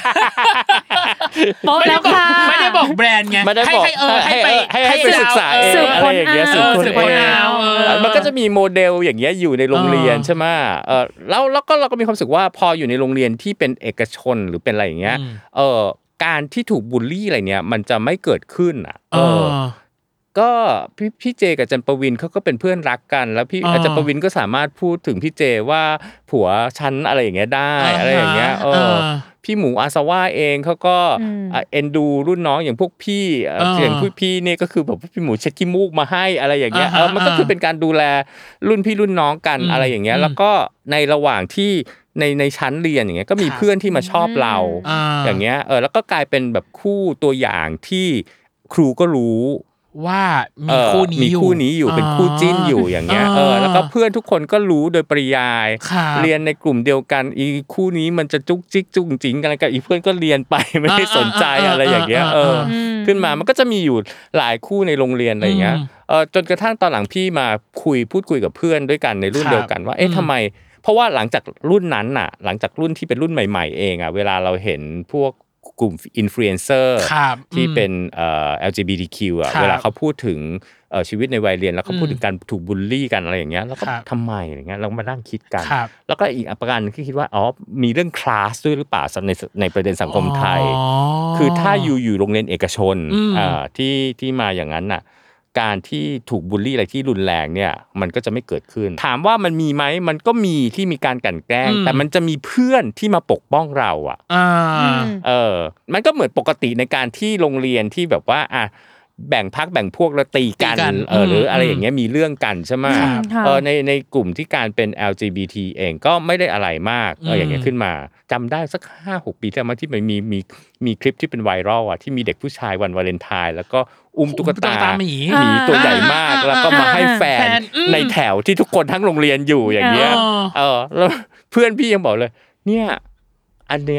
โป๊ะแล้วค่ะไม่ได้บอกแบรนด์ไงให้ให้เออให้ไปให้ไปศึกษาเองอะไรอย่างเงี้ยสืบคนเอามันก็จะมีโมเดลอย่างเงี้ยอยู่ในโรงเรียนใช่มั้ยเออแล้วแล้วก็เราก็มีความรู้สึกว่าพออยู่ในโรงเรียนที่เป็นเอกชนหรือเป็นอะไรอย่างเงี้ยเออการที่ถูกบูลลี่อะไรเนี้ยมันจะไม่เกิดขึ้นอ่ะเออก็พี่พี่เจกับอาจารย์ประวินเขาก็เป็นเพื่อนรักกันแล้วพี่อาจารย์ประวินก็สามารถพูดถึงพี่เจว่าผัวฉันอะไรอย่างเงี้ยได้อะไรอย่างเงี้ยเออพี่หมูอาซาว่าเองเขาก็เอ็นดูรุ่นน้องอย่างพวกพี่อย่างพวกพี่เนี่ยก็คือแบบพี่หมูเช็ดขี้มูกมาให้อะไรอย่างเงี้ยเออมันก็คือเป็นการดูแลรุ่นพี่รุ่นน้องกันอะไรอย่างเงี้ยแล้วก็ในระหว่างที่ในในชั้นเรียนอย่างเงี้ยก็มีเพื่อนที่มาชอบเราอย่างเงี้ยเออแล้วก็กลายเป็นแบบคู่ตัวอย่างที่ครูก็รู้ว่ามีคู่นี้อยู่มีคู่นี้อยู่เป็นคู่จิ้นอยู่อย่างเงี้ยเออแล้วก็เพื่อนทุกคนก็รู้โดยปริยายเรียนในกลุ่มเดียวกันอีคู่นี้มันจะจุกจิกจุกจิ๋งกันกับอีเพื่อนก็เรียนไปไม่ได้สนใจอะไรอย่างเงี้ยเออขึ้นมามันก็จะมีอยู่หลายคู่ในโรงเรียนอะไรอย่างเงี้ยเออจนกระทั่งตอนหลังพี่มาคุยพูดคุยกับเพื่อนด้วยกันในรุ่นเดียวกันว่าเอ๊ะทำไมเพราะว่าหลังจากรุ่นนั้นน่ะหลังจากรุ่นที่เป็นรุ่นใหม่ๆเองอ่ะเวลาเราเห็นพวกกลุ่มอินฟลูเอนเซอร์ที่เป็นเอ่อ แอล จี บี ที คิว อ่ะเวลาเขาพูดถึงเอ่อชีวิตในวัยเรียนแล้วเขาพูดถึงการถูกบูลลี่กันอะไรอย่างเงี้ยแล้วก็ทำไมอะไรเงี้ยเรามานั่งคิดกันแล้วก็อีกประการนึงที่คิดว่าอ๋อมีเรื่องคลาสด้วยหรือเปล่าในในประเด็นสังคมไทยคือถ้าอยู่อยู่โรงเรียนเอกชนอ่าที่ที่มาอย่างนั้นน่ะการที่ถูกบูลลี่อะไรที่รุนแรงเนี่ยมันก็จะไม่เกิดขึ้นถามว่ามันมีไหมมันก็มีที่มีการกลั่นแกล้งแต่มันจะมีเพื่อนที่มาปกป้องเราอ่ะเออมันก็เหมือนปกติในการที่โรงเรียนที่แบบว่าอ่ะแบ่งพรรคแบ่งพวกแล้วตีกันเออหรืออะไรอย่างเงี้ยมีเรื่องกันใช่มั้ยเออในในกลุ่มที่การเป็น แอล จี บี ที เองก็ไม่ได้อะไรมากเอออย่างเงี้ยขึ้นมาจำได้สัก ห้าหก ปีที่แล้วที่มันมีมีมีคลิปที่เป็นไวรัลอ่ะที่มีเด็กผู้ชายวันวาเลนไทน์แล้วก็อุ้มตุ๊กตาหมีตัวใหญ่มากแล้วก็มาให้แฟนในแถวที่ทุกคนทั้งโรงเรียนอยู่อย่างเงี้ยเออแล้วเพื่อนพี่ยังบอกเลยเนี่ยอันเนี้ย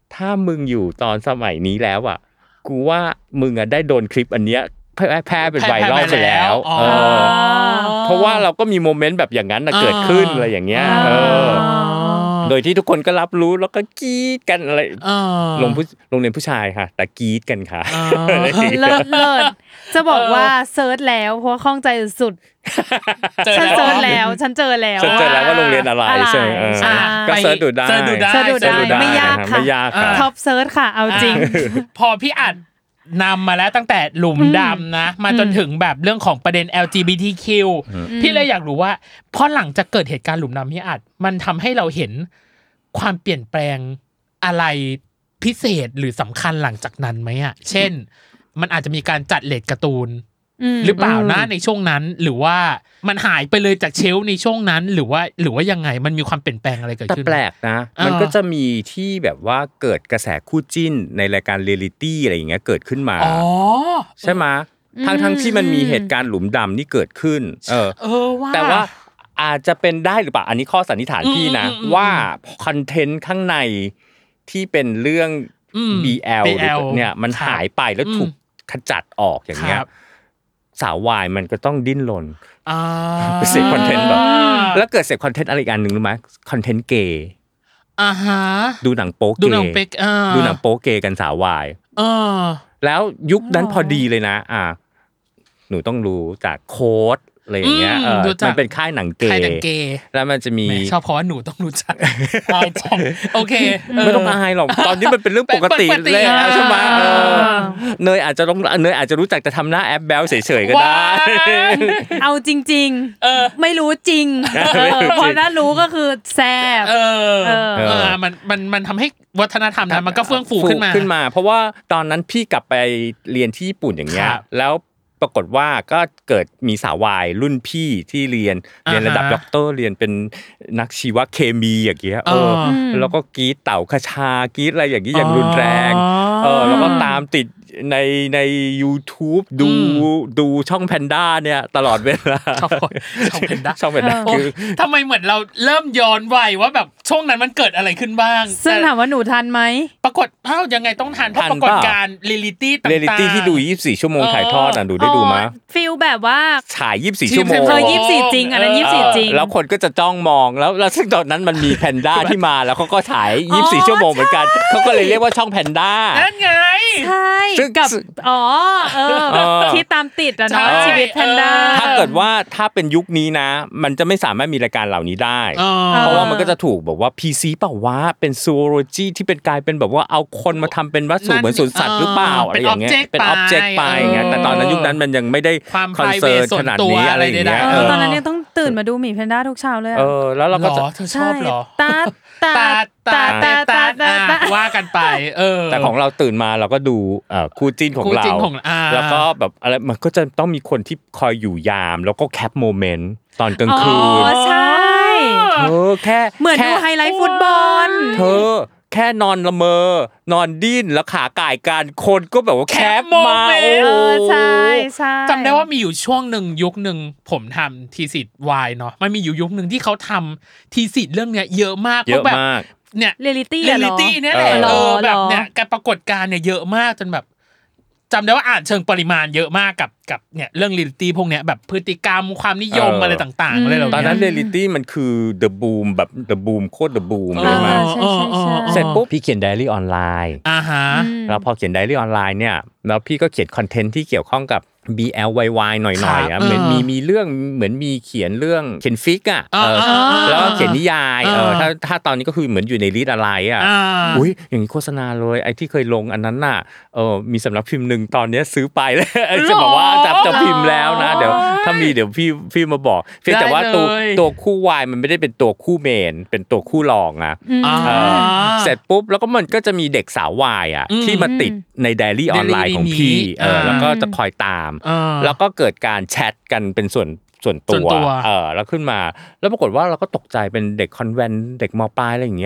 ถ้ามึงอยู่ตอนสมัยนี้แล้วอ่ะกูว่ามึงอ่ะได้โดนคลิปอันเนี้ยแพร่เป็นไวรัลไปแล้วเออเพราะว่าเราก็มีโมเมนต์แบบอย่างนั้นเกิดขึ้นอะไรอย่างเงี้ยเออโดยที่ทุกคนก็รับรู้แล้วก็กรี๊ดกันอะไรโรงผู้โรงเรียนผู้ชายค่ะแต่กรี๊ดกันค่ะเลิศเลิศจะบอกว่าเซิร์ชแล้วเพราะข้องใจสุดฉันเซิร์ชแล้วฉันเจอแล้วฉันเจอแล้วว่าโรงเรียนอะไรใช่ก็เซิร์ชดูได้เซิร์ชดูได้ไม่ยากค่ะท็อปเซิร์ชค่ะเอาจริงพอพี่อัดนำมาแล้วตั้งแต่หลุมดำนะมาจนถึงแบบเรื่องของประเด็น แอล จี บี ที คิว พี่เลยอยากรู้ว่าพอหลังจากเกิดเหตุการณ์หลุมดำพี่อัดมันทำให้เราเห็นความเปลี่ยนแปลงอะไรพิเศษหรือสำคัญหลังจากนั้นไหมอ่ะเช่นมันอาจจะมีการจัดเรทการ์ตูนหรือเปล่านะในช่วงนั้นหรือว่ามันหายไปเลยจากเชลฟ์ในช่วงนั้นหรือว่าหรือว่ายังไงมันมีความเปลี่ยนแปลงอะไรเกิดขึ้นแต่แปลกนะมันก็จะมีที่แบบว่าเกิดกระแสคู่จิ้นในรายการเรียลลิตี้อะไรอย่างเงี้ยเกิดขึ้นมาอ๋อใช่ไหมทั้งทั้งที่มันมีเหตุการณ์หลุมดำนี่เกิดขึ้นเออแต่ว่าอาจจะเป็นได้หรือเปล่าอันนี้ข้อสันนิษฐานพี่นะว่าคอนเทนต์ข้างในที่เป็นเรื่อง บี แอล เนี่ยมันหายไปแล้วถูกขจัดออกอย่างเงี้ยสาววายมันก็ต้องดิ้นรนไปเสพคอนเทนต์แบบแล้วเกิดเสพคอนเทนต์อะไรอีกอันนึงรู้มั้ยคอนเทนต์เกย์อ่าฮะดูหนังโป๊เกย์ดูหนังเป๊กอ่าดูหนังโป๊เกย์กันสาววายเออแล้วยุคนั้นพอดีเลยนะอ่าหนูต้องรู้จากโค้ดอะไรอย่างเงี้ยเออมันเป็นค่ายหนังเกย์แล้วมันจะมีชอบเพราะว่าหนูต้องรู้จักอายจังโอเคไม่ต้องอายหรอกตอนนี้มันเป็นเรื่องปกติเลยใช่มั้ยเออเนยอาจจะต้องเนยอาจจะรู้จักแต่ทำหน้าแอปแบลเฉยๆก็ได้เอาจริงๆเออไม่รู้จริงพอถ้ารู้ก็คือแซ่บเออเออมันมันมันทำให้วัฒนธรรมนั้นมันก็เฟื่องฟูขึ้นมาขึ้นมาเพราะว่าตอนนั้นพี่กลับไปเรียนที่ญี่ปุ่นอย่างเงี้ยแล้วปรากฏว่าก็เกิดมีสาววายรุ่นพี่ที่เรียนเรียนระดับด็อกเตอร์เรียนเป็นนักชีวเคมีอย่างเงี้ยเออแล้วก็กรี๊ดเต่าคชากรี๊ดอะไรอย่างงี้อย่างรุนแรงเออแล้วก็ตามติดในใน YouTube ดูดูช่องแพนด้าเนี่ยตลอดเวลาช่องช่องแพนด้าช่องแพนด้าคือทำไมเหมือนเราเริ่มย้อนวัยว่าแบบช่วงนั้นมันเกิดอะไรขึ้นบ้างซึ่งถามว่าหนูทันไหมปรากฏอ้าวยังไงต้องทันเพราะปรากฏการณ์เรียลลิตี้ต่างๆเรียลลิตี้ที่ดูยี่สิบสี่ชั่วโมงถ่ายทอดอ่ะดูได้ดูมั้ยฟีลแบบว่าฉายยี่สิบสี่ชั่วโมงเออยี่สิบสี่จริงอันนั้นยี่สิบสี่จริงแล้วคนก็จะจ้องมองแล้วแล้วซึ่งตอนนั้นมันมีแพนด้าที่มาแล้วเขาก็ฉายยี่สิบสี่ชั่วโมงเหมือนกันเขาก็เลยเรียกว่าช่องแพนด้านั่นไงใช่กับอ๋อเออที่ตามติดอ่ะเนาะชีวิตแพนด้าถ้าเกิดว่าถ้าเป็นยุคนี้นะมันจะไม่สามารถมีรายการเหล่านี้ได้เพราะว่ามันก็จะถูกบอกว่า พี ซี เปล่าวะเป็นซูโรจีที่เป็นกลายเป็นแบบว่าเอาคนมาทำเป็นวัตถุเหมือนสวนสัตว์หรือเปล่าอะไรอย่างเงี้ยเป็นอ็อบเจกต์ไปอย่างเงี้ยแต่ตอนนั้นยุคนั้นมันยังไม่ได้คอนเซิร์นขนาดนี้อะไรอย่างเงี้ยตอนนั้นยังต้องตื่นมาดูหมีแพนด้าทุกเช้าเลยเออแล้วเราก็จะเธอชอบเหรอตาตาตาตาตาตาว่ากันไปเออแต่ของเราตื่นมาเราก็ดูเอ่อคู่จิ้นของเราแล้วก็แบบอะไรมันก็จะต้องมีคนที่คอยอยู่ยามแล้วก็แคปโมเมนต์ตอนกลางคืนอ๋อใช่เธอแค่เหมือนดูไฮไลท์ฟุตบอลเธอแค่นอนละเมอนอนดิ้นแล้วขาก่ายกันคนก็แบบว่าแคปมาเออใช่ใช่จำได้ว่ามีอยู่ช่วงหนึ่งยุคหนึ่งผมทำทีสิทธิ์วายเนาะมันมีอยู่ยุคหนึ่งที่เขาทำทีสิทธิ์เรื่องเนี้ยเยอะมากเพราะแบบเนี่ยเรียลลิตี้เรียลลิตี้เนี่ยแหละเออแบบเนี่ยการปรากฏการณ์เนี่ยเยอะมากจนแบบจำได้ว่าอ่านเชิงปริมาณเยอะมากกับกับเนี่ยเรื่องเรียลลิตี้พวกเนี้ยแบบพฤติกรรมความนิยมอะไรต่างๆอะไรเหล่านี้ตอนนั้นเรียลลิตี้มันคือ The Boom แบบ The Boom โคตร The Boom เลยมั้ยเสร็จปุ๊บพี่เขียนไดอารี่ออนไลน์อ่าฮะแล้วพอเขียนไดอารี่ออนไลน์เนี่ยแล้วพี่ก็เขียนคอนเทนต์ที่เกี่ยวข้องกับ บี แอล วาย วาย หน่อยๆอ่ะเหมือนมีมีเรื่องเหมือนมีเขียนเรื่องเขียนฟิกอ่ะเออแล้วเขียนนิยายเออถ้าถ้าตอนนี้ก็คือเหมือนอยู่ในลิสต์อะไรอ่ะอุ๊ยอย่างนี้โฆษณาเลยไอ้ที่เคยลงอันนั้นน่ะเออมีสำนักพิมพ์นึงตอนนี้ซื้อไปแล้วจะบอกว่าจะจะพิมพ์แล้วนะเดี๋ยวถ้ามีเดี๋ยวพี่พี่มาบอกเพียงแต่ว่าตัวตัวคู่วายมันไม่ได้เป็นตัวคู่เมนเป็นตัวคู่รองอ่ะเออเสร็จปุ๊บแล้วก็มันก็จะมีเด็กสาววายอ่ะที่มาติดในไดอารี่ออนไลน์ของพี่เออแล้วก็จะคอยตามแล้วก็เกิดการแชทกันเป็นส่วนส่วนตัวเออแล้วขึ้นมาแล้วปรากฏว่าเราก็ตกใจเป็นเด็กคอนแวนต์เด็กม.ปลายอะไรอย่างเงี้ย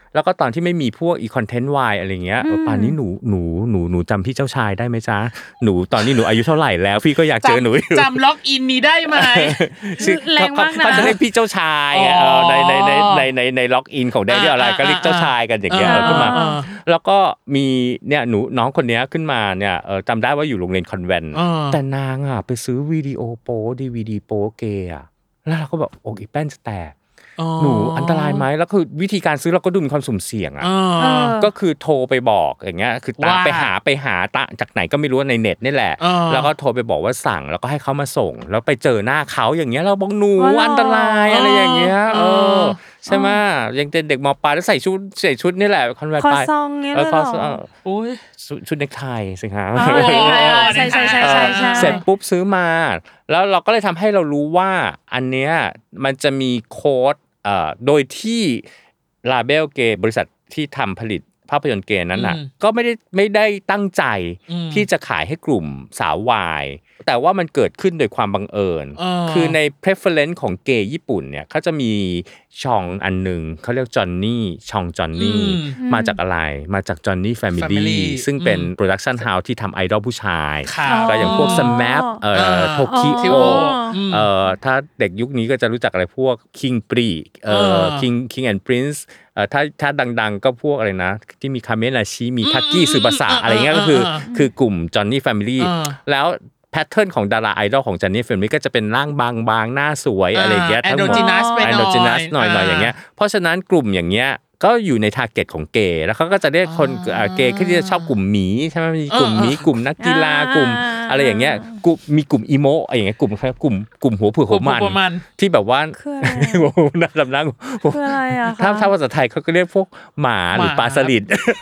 แล้วก็ตอนที่ไม่มีพวกอีคอนเทนต์วายอะไรเงี้ยป่านนี้หนูหนูหนูหนูจำพี่เจ้าชายได้ไหมจ๊ะหนูตอนนี้หนูอายุเท่าไหร่แล้วพี่ก็อยากเจอหนูจำล็อกอินนี้ได้ไหมแรงมากนะเขาจะเรียกพี่เจ้าชายในในในในในในล็อกอินของได้ที่อะไรก็เรียกเจ้าชายกันอย่างเงี้ยขึ้นมาแล้วก็มีเนี่ยหนูน้องคนนี้ขึ้นมาเนี่ยจำได้ว่าอยู่โรงเรียนคอนแวนต์แต่นางอ่ะไปซื้อวิดีโอโป๊ดีวีดีโป๊เกย์อ่ะแล้วเราก็แบบอกอีแป้นจะแตกหนูอันตรายไหมแล้วคือวิธีการซื้อเราก็ดูมีความสุ่มเสี่ยงอ่ะก็คือโทรไปบอกอย่างเงี้ยคือตามไปหาไปหาตะจากไหนก็ไม่รู้ในเน็ตนี่แหละแล้วก็โทรไปบอกว่าสั่งแล้วก็ให้เขามาส่งแล้วไปเจอหน้าเขาอย่างเงี้ยเราบอกหนูอันตรายอะไรอย่างเงี้ยเออใช่ไหมยังเป็นเด็กม.ปลายแล้วใส่ชุดใส่ชุดนี่แหละคอนแวนต์ไปคอซองเงี้ยเลยเหรอโอ้ยชุดเนคไทสิฮะใช่ใช่ใช่ใช่ใช่เสร็จปุ๊บซื้อมาแล้วเราก็เลยทำให้เรารู้ว่าอันเนี้ยมันจะมีโค้ดเอ่อโดยที่ลาเบลเกย์บริษัทที่ทำผลิตภาพยนตร์เกย์นั้นน่ะก็ไม่ได้ไม่ได้ตั้งใจที่จะขายให้กลุ่มสาววายแต่ว่ามันเกิดขึ้นโดยความบังเอิญคือใน preference ของเกย์ญี่ปุ่นเนี่ยเขาจะมีช่องอันนึงเขาเรียกจอนนี่ช่องจอนนี่มาจากอะไรมาจากจอนนี่แฟมิลี่ซึ่งเป็นโปรดักชั่นเฮาส์ที่ทำไอดอลผู้ชายก็อย่างพวกสแมปเอ่อโทคิโอเอ่อถ้าเด็กยุคนี้ก็จะรู้จักอะไรพวกคิงปรีเอ่อคิงคิงแอนด์พรินซ์เอ่อถ้าถ้าดังๆก็พวกอะไรนะที่มีคาเมนาชิมีทักกี้ซึบาสะอะไรเงี้ยก็คือคือกลุ่มจอนนี่แฟมิลี่แล้วแพทเทิร์นของดาราไอดอลของจอนนี่แฟมิลี่ก็จะเป็นร่างบางๆหน้าสวยอะไรเงี้ยทั้งหมดแอนโดจินัสหน่อยๆอย่างเงี้ยเพราะฉะนั้นกลุ่มอย่างเงี้ยก็อยู่ในทาร์เก็ตของเกย์แล้วเขาก็จะเรียกคนเกย์ที่จะชอบกลุ่มหมีใช่ไหมมีกลุ่มหมีกลุ่มนักกีฬากลุ่มอะไรอย่างเงี้ยกลุ่มมีกลุ่มอีโมอะไรอย่างเงี้ยกลุ่มกลุ่มกลุ่มหัวเผือกหัวมันที่แบบว่าโอ้โหน่าดำน้ำคืออะไรอ่ะถ้าถ้าภาษาไทยเขาก็เรียกพวกหมาหรือปลาสลิด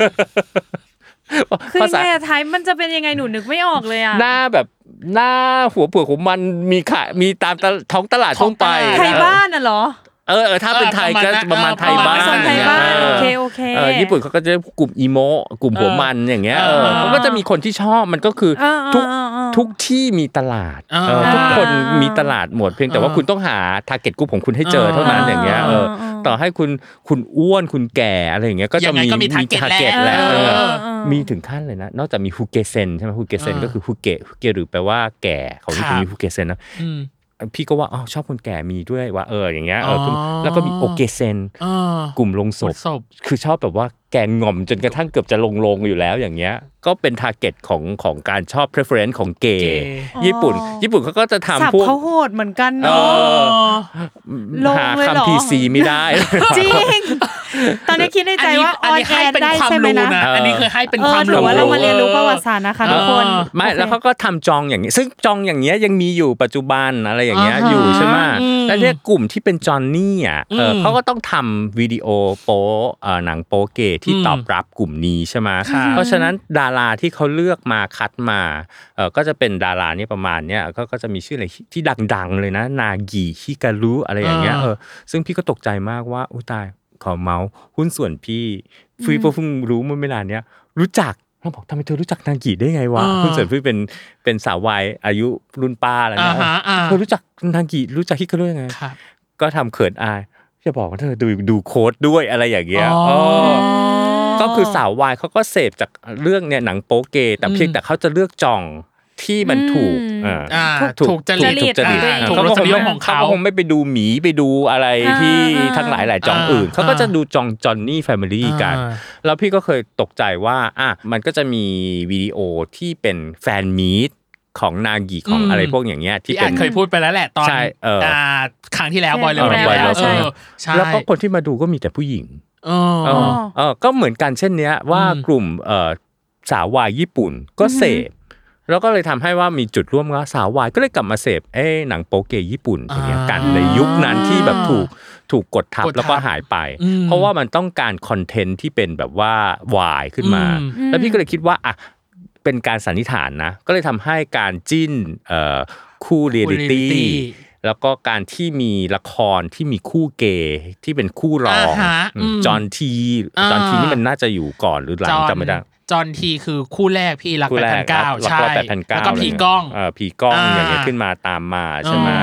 คือภาษาไทยมันจะเป็นยังไงหนูนึกไม่ออกเลยอ่ะหน้าแบบหน้าหัวเผือกของมันมีขายมีตามท้องตลาดทั่วไปไทยบ้านน่ะเหรอเออเออถ้าเป็นไทยก็ประมาณไทยบ้านไทยบ้านโอเคโอเคเออญี่ปุ่นเขาก็จะกลุ่มอีโมกลุ่มหัวมันอย่างเงี้ยเออเขาก็จะมีคนที่ชอบมันก็คือทุกทุกที่มีตลาดเออทุกคนมีตลาดหมดเพียงแต่ว่าคุณต้องหาทาร์เก็ตกลุ่มของคุณให้เจอเท่านั้นอย่างเงี้ยเออต่อให้คุณคุณอ้วนคุณแก่อะไรอย่างเงี้ยก็จะมีมีทาร์เก็ตแล้วมีถึงขั้นเลยนะนอกจากมีฮูเกเซนใช่มั้ยฮูเกเซนก็คือฮูเกะฮูเกะหรือแปลว่าแก่ของญี่ปุ่นมีฮูเกเซนนะพี่ก็ว่าอ๋อชอบคนแก่มีด้วยว่าเอออย่างเงี้ยเออแล้วก็มีโอเกเซนกลุ่มลงศพคือชอบแบบว่าแกงง่อมจนกระทั่งเกือบจะลงลงอยู่แล้วอย่างเงี้ยก็เป็นทาร์เก็ตของของการชอบ preference ของเกย์ญี่ปุ่นญี่ปุ่นเขาก็จะทำพวกเขาโหดเหมือนกันเนาะหาคำ พี ซี ไม่ได้จริงตอนนี้คิดในใจว่าออนแอร์ได้ใช่ไหมนะอันนี้คือให้เป็นความรู้ว่าเรามาเรียนรู้ประวัติศาสตร์นะคะทุกคนไม่แล้วเขาก็ทำจองอย่างนี้ซึ่งจองอย่างเงี้ยยังมีอยู่ปัจจุบันอะไรอย่างเงี้ยอยู่ใช่ไหมแล้วเนี่ยกลุ่มที่เป็นจอนนี่อ่ะเขาก็ต้องทำวิดีโอโป๊หนังโป๊เกย์ที่ตอบรับกลุ่มนี้ใช่ไหมเพราะฉะนั้นดาราที่เขาเลือกมาคัดมาเออก็จะเป็นดารานี่ประมาณเนี้ยก็ก็จะมีชื่ออะไรที่ดังๆเลยนะนากิฮิการุอะไรอย่างเงี้ยเออซึ่งพี่ก็ตกใจมากว่าอุ้ยตายขอเมาส์หุ้นส่วนพี่ฟรีเพิ่งรู้เมื่อไม่นานเนี้ยรู้จักเราบอกทำไมเธอรู้จักนากิได้ไงวะหุ้นส่วนพี่เป็นเป็นสาววัยอายุรุ่นป้าแล้วนะเธอรู้จักนากิรู้จักฮิการุยังไงก็ทำเขินอายจะบอกว่าเธอดูดูโค้ดด้วยอะไรอย่างเงี้ยก็คือสาววายเขาก็เสพจากเรื่องเนี่ยหนังโป๊เกย์แต่เพียงแต่เขาจะเลือกจองที่มันถูกอ่าถูกจริตถูกจริตถูกรสนิยมของเขาเขาคงไม่ไปดูหมีไปดูอะไรที่ทั้งหลายหลายจองอื่นเขาก็จะดูจองจอนนี่แฟมิลี่กันแล้วพี่ก็เคยตกใจว่าอ่ะมันก็จะมีวิดีโอที่เป็นแฟนมีตของนากิของอะไรพวกอย่างเงี้ยที่เป็นเคยพูดไปแล้วแหละตอนอ่าครั้งที่แล้วบอยเลยแล้วก็คนที่มาดูก็มีแต่ผู้หญิงเออเออก็เหมือนกันเช่นเนี้ยว่ากลุ่มเอ่อสาววายญี่ปุ่นก็เสพแล้วก็เลยทำให้ว่ามีจุดร่วมว่าสาววายก็เลยกลับมาเสพเอ้หนังโป๊เกย์ญี่ปุ่นอย่างเงี้ยกันในยุคนั้นที่แบบถูกถูกกดทับแล้วก็หายไปเพราะว่ามันต้องการคอนเทนต์ที่เป็นแบบว่าวายขึ้นมาแล้วพี่ก็เลยคิดว่าอ่ะเป็นการสันนิษฐานนะก็เลยทำให้การจิ้นเอ่อคู่เรียลิตี้แล้วก็การที่มีละครที่มีคู่เกย์ที่เป็นคู่รองจอห์นทีจอห์นทีนี่มันน่าจะอยู่ก่อนหรือหลังจำไม่ได้จอห์นทีคือคู่แรกพี่รัก แปดพันเก้า ใช่แล้วก็พีก้องเออพีก้องอย่างเงี้ยขึ้นมาตามมาใช่มั้ย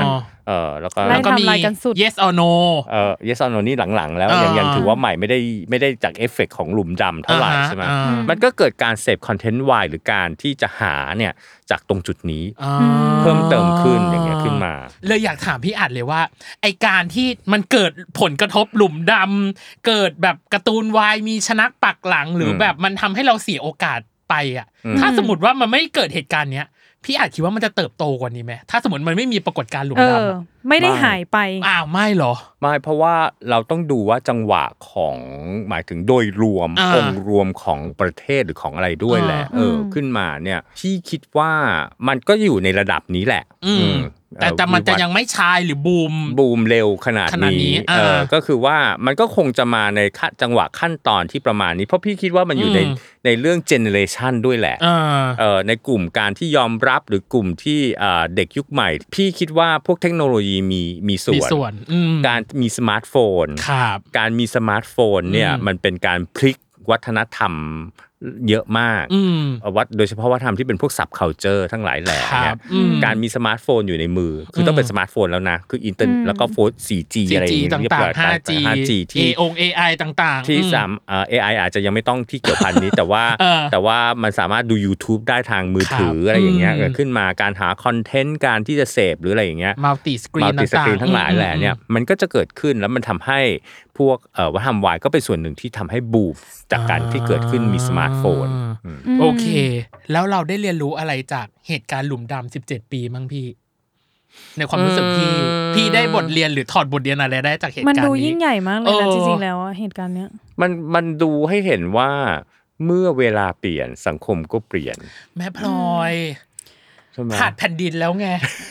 เออแล้วก็แล้วก็มี yes or no เออ yes or no นี่หลังๆแล้วยังยังถือว่าใหม่ไม่ได้ไม่ได้จากเอฟเฟคของหลุมดำเท่าไหร่ใช่ไหมมันก็เกิดการเสพคอนเทนต์วายหรือการที่จะหาเนี่ยจากตรงจุดนี้เพิ่มเติมขึ้นอย่างเงี้ยขึ้นมาเลยอยากถามพี่อัดเลยว่าไอการที่มันเกิดผลกระทบหลุมดำเกิดแบบการ์ตูนวายมีชนักปักหลังหรือแบบมันทำให้เราเสียโอกาสไปอ่ะถ้าสมมติว่ามันไม่เกิดเหตุการณ์เนี้ยพี่อาจคิดว่ามันจะเติบโตกว่านี้ไหมถ้าสมมติมันไม่มีปรากฏการณ์หลุมดำไม่ได้หายไปอ้าวไม่หรอไม่เพราะว่าเราต้องดูว่าจังหวะของหมายถึงโดยรวมองค์รวมของประเทศหรือของอะไรด้วยแหละเออขึ้นมาเนี่ยพี่คิดว่ามันก็อยู่ในระดับนี้แหละแต่แต่มันจะยังไม่ชายหรือบูมบูมเร็วขนาดนี้เออก็คือว่ามันก็คงจะมาในจังหวะขั้นตอนที่ประมาณนี้เพราะพี่คิดว่ามันอยู่ในในเรื่องเจเนเรชันด้วยแหละเออในกลุ่มการที่ยอมรับหรือกลุ่มที่เด็กยุคใหม่พี่คิดว่าพวกเทคโนโลยีมีมีส่วนการมีสมาร์ทโฟนการมีสมาร์ทโฟนเนี่ยมันเป็นการพลิกวัฒนธรรมเยอะมากวัดโดยเฉพาะวัฒนธรรมที่เป็นพวกซับคัลเจอร์ทั้งหลายแหล่เนี่ยการมีสมาร์ทโฟนอยู่ในมือคือต้องเป็นสมาร์ทโฟนแล้วนะคืออินเทอร์แล้วก็โฟน โฟร์จี อะไรอย่างเงี้ยเรียบร้อยห้าจีห้าจี ที่เอ ไอ ต่างๆที่สามเอ่อ เอ ไอ อาจจะยังไม่ต้องที่เกี่ยวพันนี้แต่ว่าแต่ว่ามันสามารถดู YouTube ได้ทางมือถืออะไรอย่างเงี้ยเกิดขึ้นมาการหาคอนเทนต์การที่จะเสพหรืออะไรอย่างเงี้ยมัลติสกรีนมัลติสกรีนทั้งหลายแหละเนี่ยมันก็จะเกิดขึ้นแล้วมันทำให้พวกเอ่อวัฒนธรรมวายก็เป็นส่วนหนึ่งที่ทำให้บูมจากการที่เกิดขึ้นมีสมาร์ทโฟนโอเคแล้วเราได้เรียนรู้อะไรจากเหตุการณ์หลุมดำสิบเจ็ดปีมั้งพี่ในความรู้สึกพี่พี่ได้บทเรียนหรือถอดบทเรียนอะไรได้จากเหตุการณ์นี้มันดูยิ่งใหญ่มากเลยนะจริงๆแล้วเหตุการณ์เนี้ยมันมันดูให้เห็นว่าเมื่อเวลาเปลี่ยนสังคมก็เปลี่ยนแม่พลอยผ่านแผ่นดินแล้วไง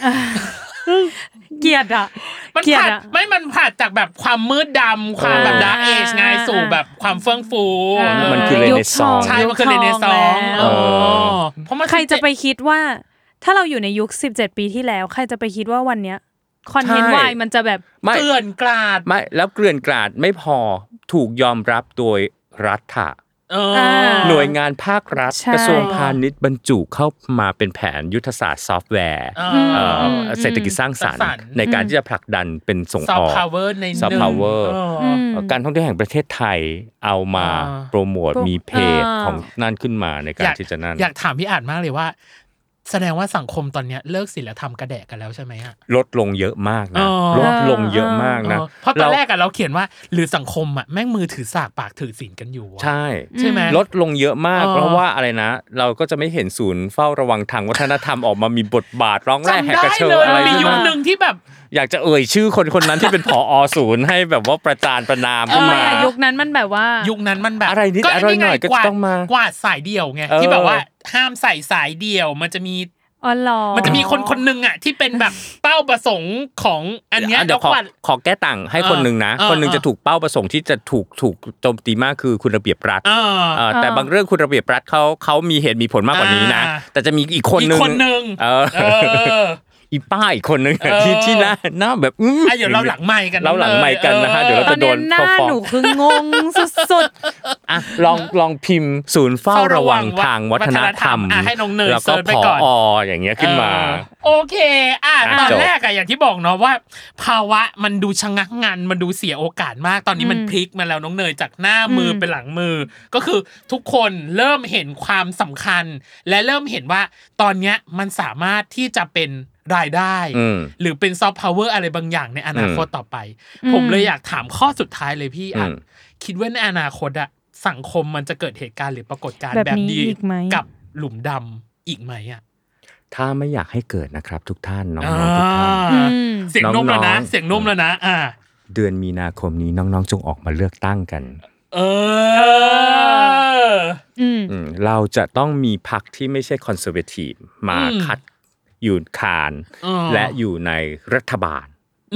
เกียดอ่ะมันผ่านไม่มันผ่านจากแบบความมืดดำความแบบดาร์กเอจไงสู่แบบความเฟื่องฟูมันคือเรเนซองส์ใช่มันคือเรเนซองส์เพราะมันใครจะไปคิดว่าถ้าเราอยู่ในยุคสิบเจ็ดปีที่แล้วใครจะไปคิดว่าวันเนี้ยคอนเทนต์วายมันจะแบบเกลื่อนกลาดไม่แล้วเกลื่อนกลาดไม่พอถูกยอมรับโดยรัฐะหน่วยงานภาครัฐกระทรวงพาณิชย์บรรจุเข้ามาเป็นแผนยุทธศาสตร์ซอฟต์แวร์เศรษฐกิจสร้างสรรค์ในการที่จะผลักดันเป็นส่งออกซอฟต์พาวเวอร์ในซอฟต์พาวเวอร์การท่องเที่ยวแห่งประเทศไทยเอามาโปรโมทมีเพจของนั่นขึ้นมาในการที่จะนั่นอยากถามพี่อาจมากเลยว่าแสดงว่าสังคมตอนนี้เลิกศีลธรรมกระแดะกันแล้วใช่ไหมฮะลดลงเยอะมากนะลดลงเยอะมากนะเพราะตอนแรกอะเราเขียนว่าหรือสังคมอะแม่งมือถือสากปากถือศีลกันอยู่ใช่ใช่ไหมลดลงเยอะมากเพราะว่าอะไรนะเราก็จะไม่เห็นศูนย์เฝ้าระวังทางวัฒนธรรมออกมามีบทบาทร้องแร่แหกกระเชิงอะไรมียุคนึงที่แบบอยากจะเอ่ยชื่อคนคนนั้นที่เป็นผอ.ศูนย์ให้แบบว่าประจานประนามขึ้นมายุคนั้นมันแบบว่ายุคนั้นมันแบบอะไรนิดอะไรหน่อยก็ต้องมากวาดสายเดี่ยวไงที่แบบว่าห้ามใส่สายเดี่ยวมันจะมีอ๋อเหรอมันจะมีคนคนนึงอ่ะที่เป็นแบบเป้าประสงค์ของอันเนี้ยเดี๋ยวขอขอแก้ต่างให้คนนึงนะคนนึงจะถูกเป้าประสงค์ที่จะถูกถูกโจมตีมากคือคุณระเบียบรัฐแต่บางเรื่องคุณระเบียบรัฐเขาเขามีเหตุมีผลมากกว่านี้นะแต่จะมีอีกคนนึงอีกคนนึงเอออีป้าอีกคนนึงที่ที่หน้าหน้าแบบอื้อเดี๋ยวเราหลังไมค์กันเราหลังไมค์กันนะฮะเดี๋ยวเราจะโดนฟ้องหนูคืองงสุดๆอ่ะลองลองพิมพ์ศูนย์เฝ้าระวังทางวัฒนธรรมให้น้องเนยเซิร์ชไปก่อนผอ.อย่างเงี้ยขึ้นมาโอเคอ่ะตอนแรกอะอย่างที่บอกเนาะว่าภาวะมันดูชะงักงันมันดูเสียโอกาสมากตอนนี้มันพลิกมาแล้วน้องเนยจากหน้ามือเป็นหลังมือก็คือทุกคนเริ่มเห็นความสำคัญและเริ่มเห็นว่าตอนเนี้ยมันสามารถที่จะเป็นรายได้หรือเป็นซอฟต์พาวเวอร์อะไรบางอย่างในอนาคตต่อไปผมเลยอยากถามข้อสุดท้ายเลยพี่อ่ะคิดว่าในอนาคตอะสังคมมันจะเกิดเหตุการณ์หรือปรากฏการณ์แบบนี้กับหลุมดำอีกไหมอะถ้าไม่อยากให้เกิดนะครับทุกท่านน้องๆทุกท่านเสียงนุ่มแล้วนะเสียงนุ่มแล้วนะอ่าเดือนมีนาคมนี้น้องๆจงออกมาเลือกตั้งกันเออเราจะต้องมีพรรคที่ไม่ใช่คอนเซอร์เวทีฟมาคัดอยู่คานและอยู่ในรัฐบาล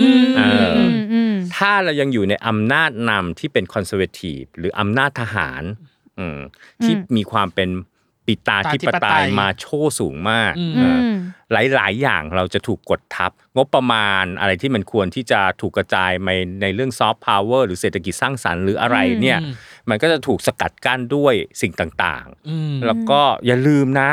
ถ้าเรายังอยู่ในอำนาจนำที่เป็นคอนเซอร์เวทีฟหรืออำนาจทหารที่มีความเป็นปิตาธิปไตยมาโชว์สูงมากหลายๆอย่างเราจะถูกกดทับงบประมาณอะไรที่มันควรที่จะถูกกระจายไปในเรื่องซอฟต์พาวเวอร์หรือเศรษฐกิจสร้างสรรค์หรืออะไรเนี่ยมันก็จะถูกสกัดกั้นด้วยสิ่งต่างๆแล้วก็อย่าลืมนะ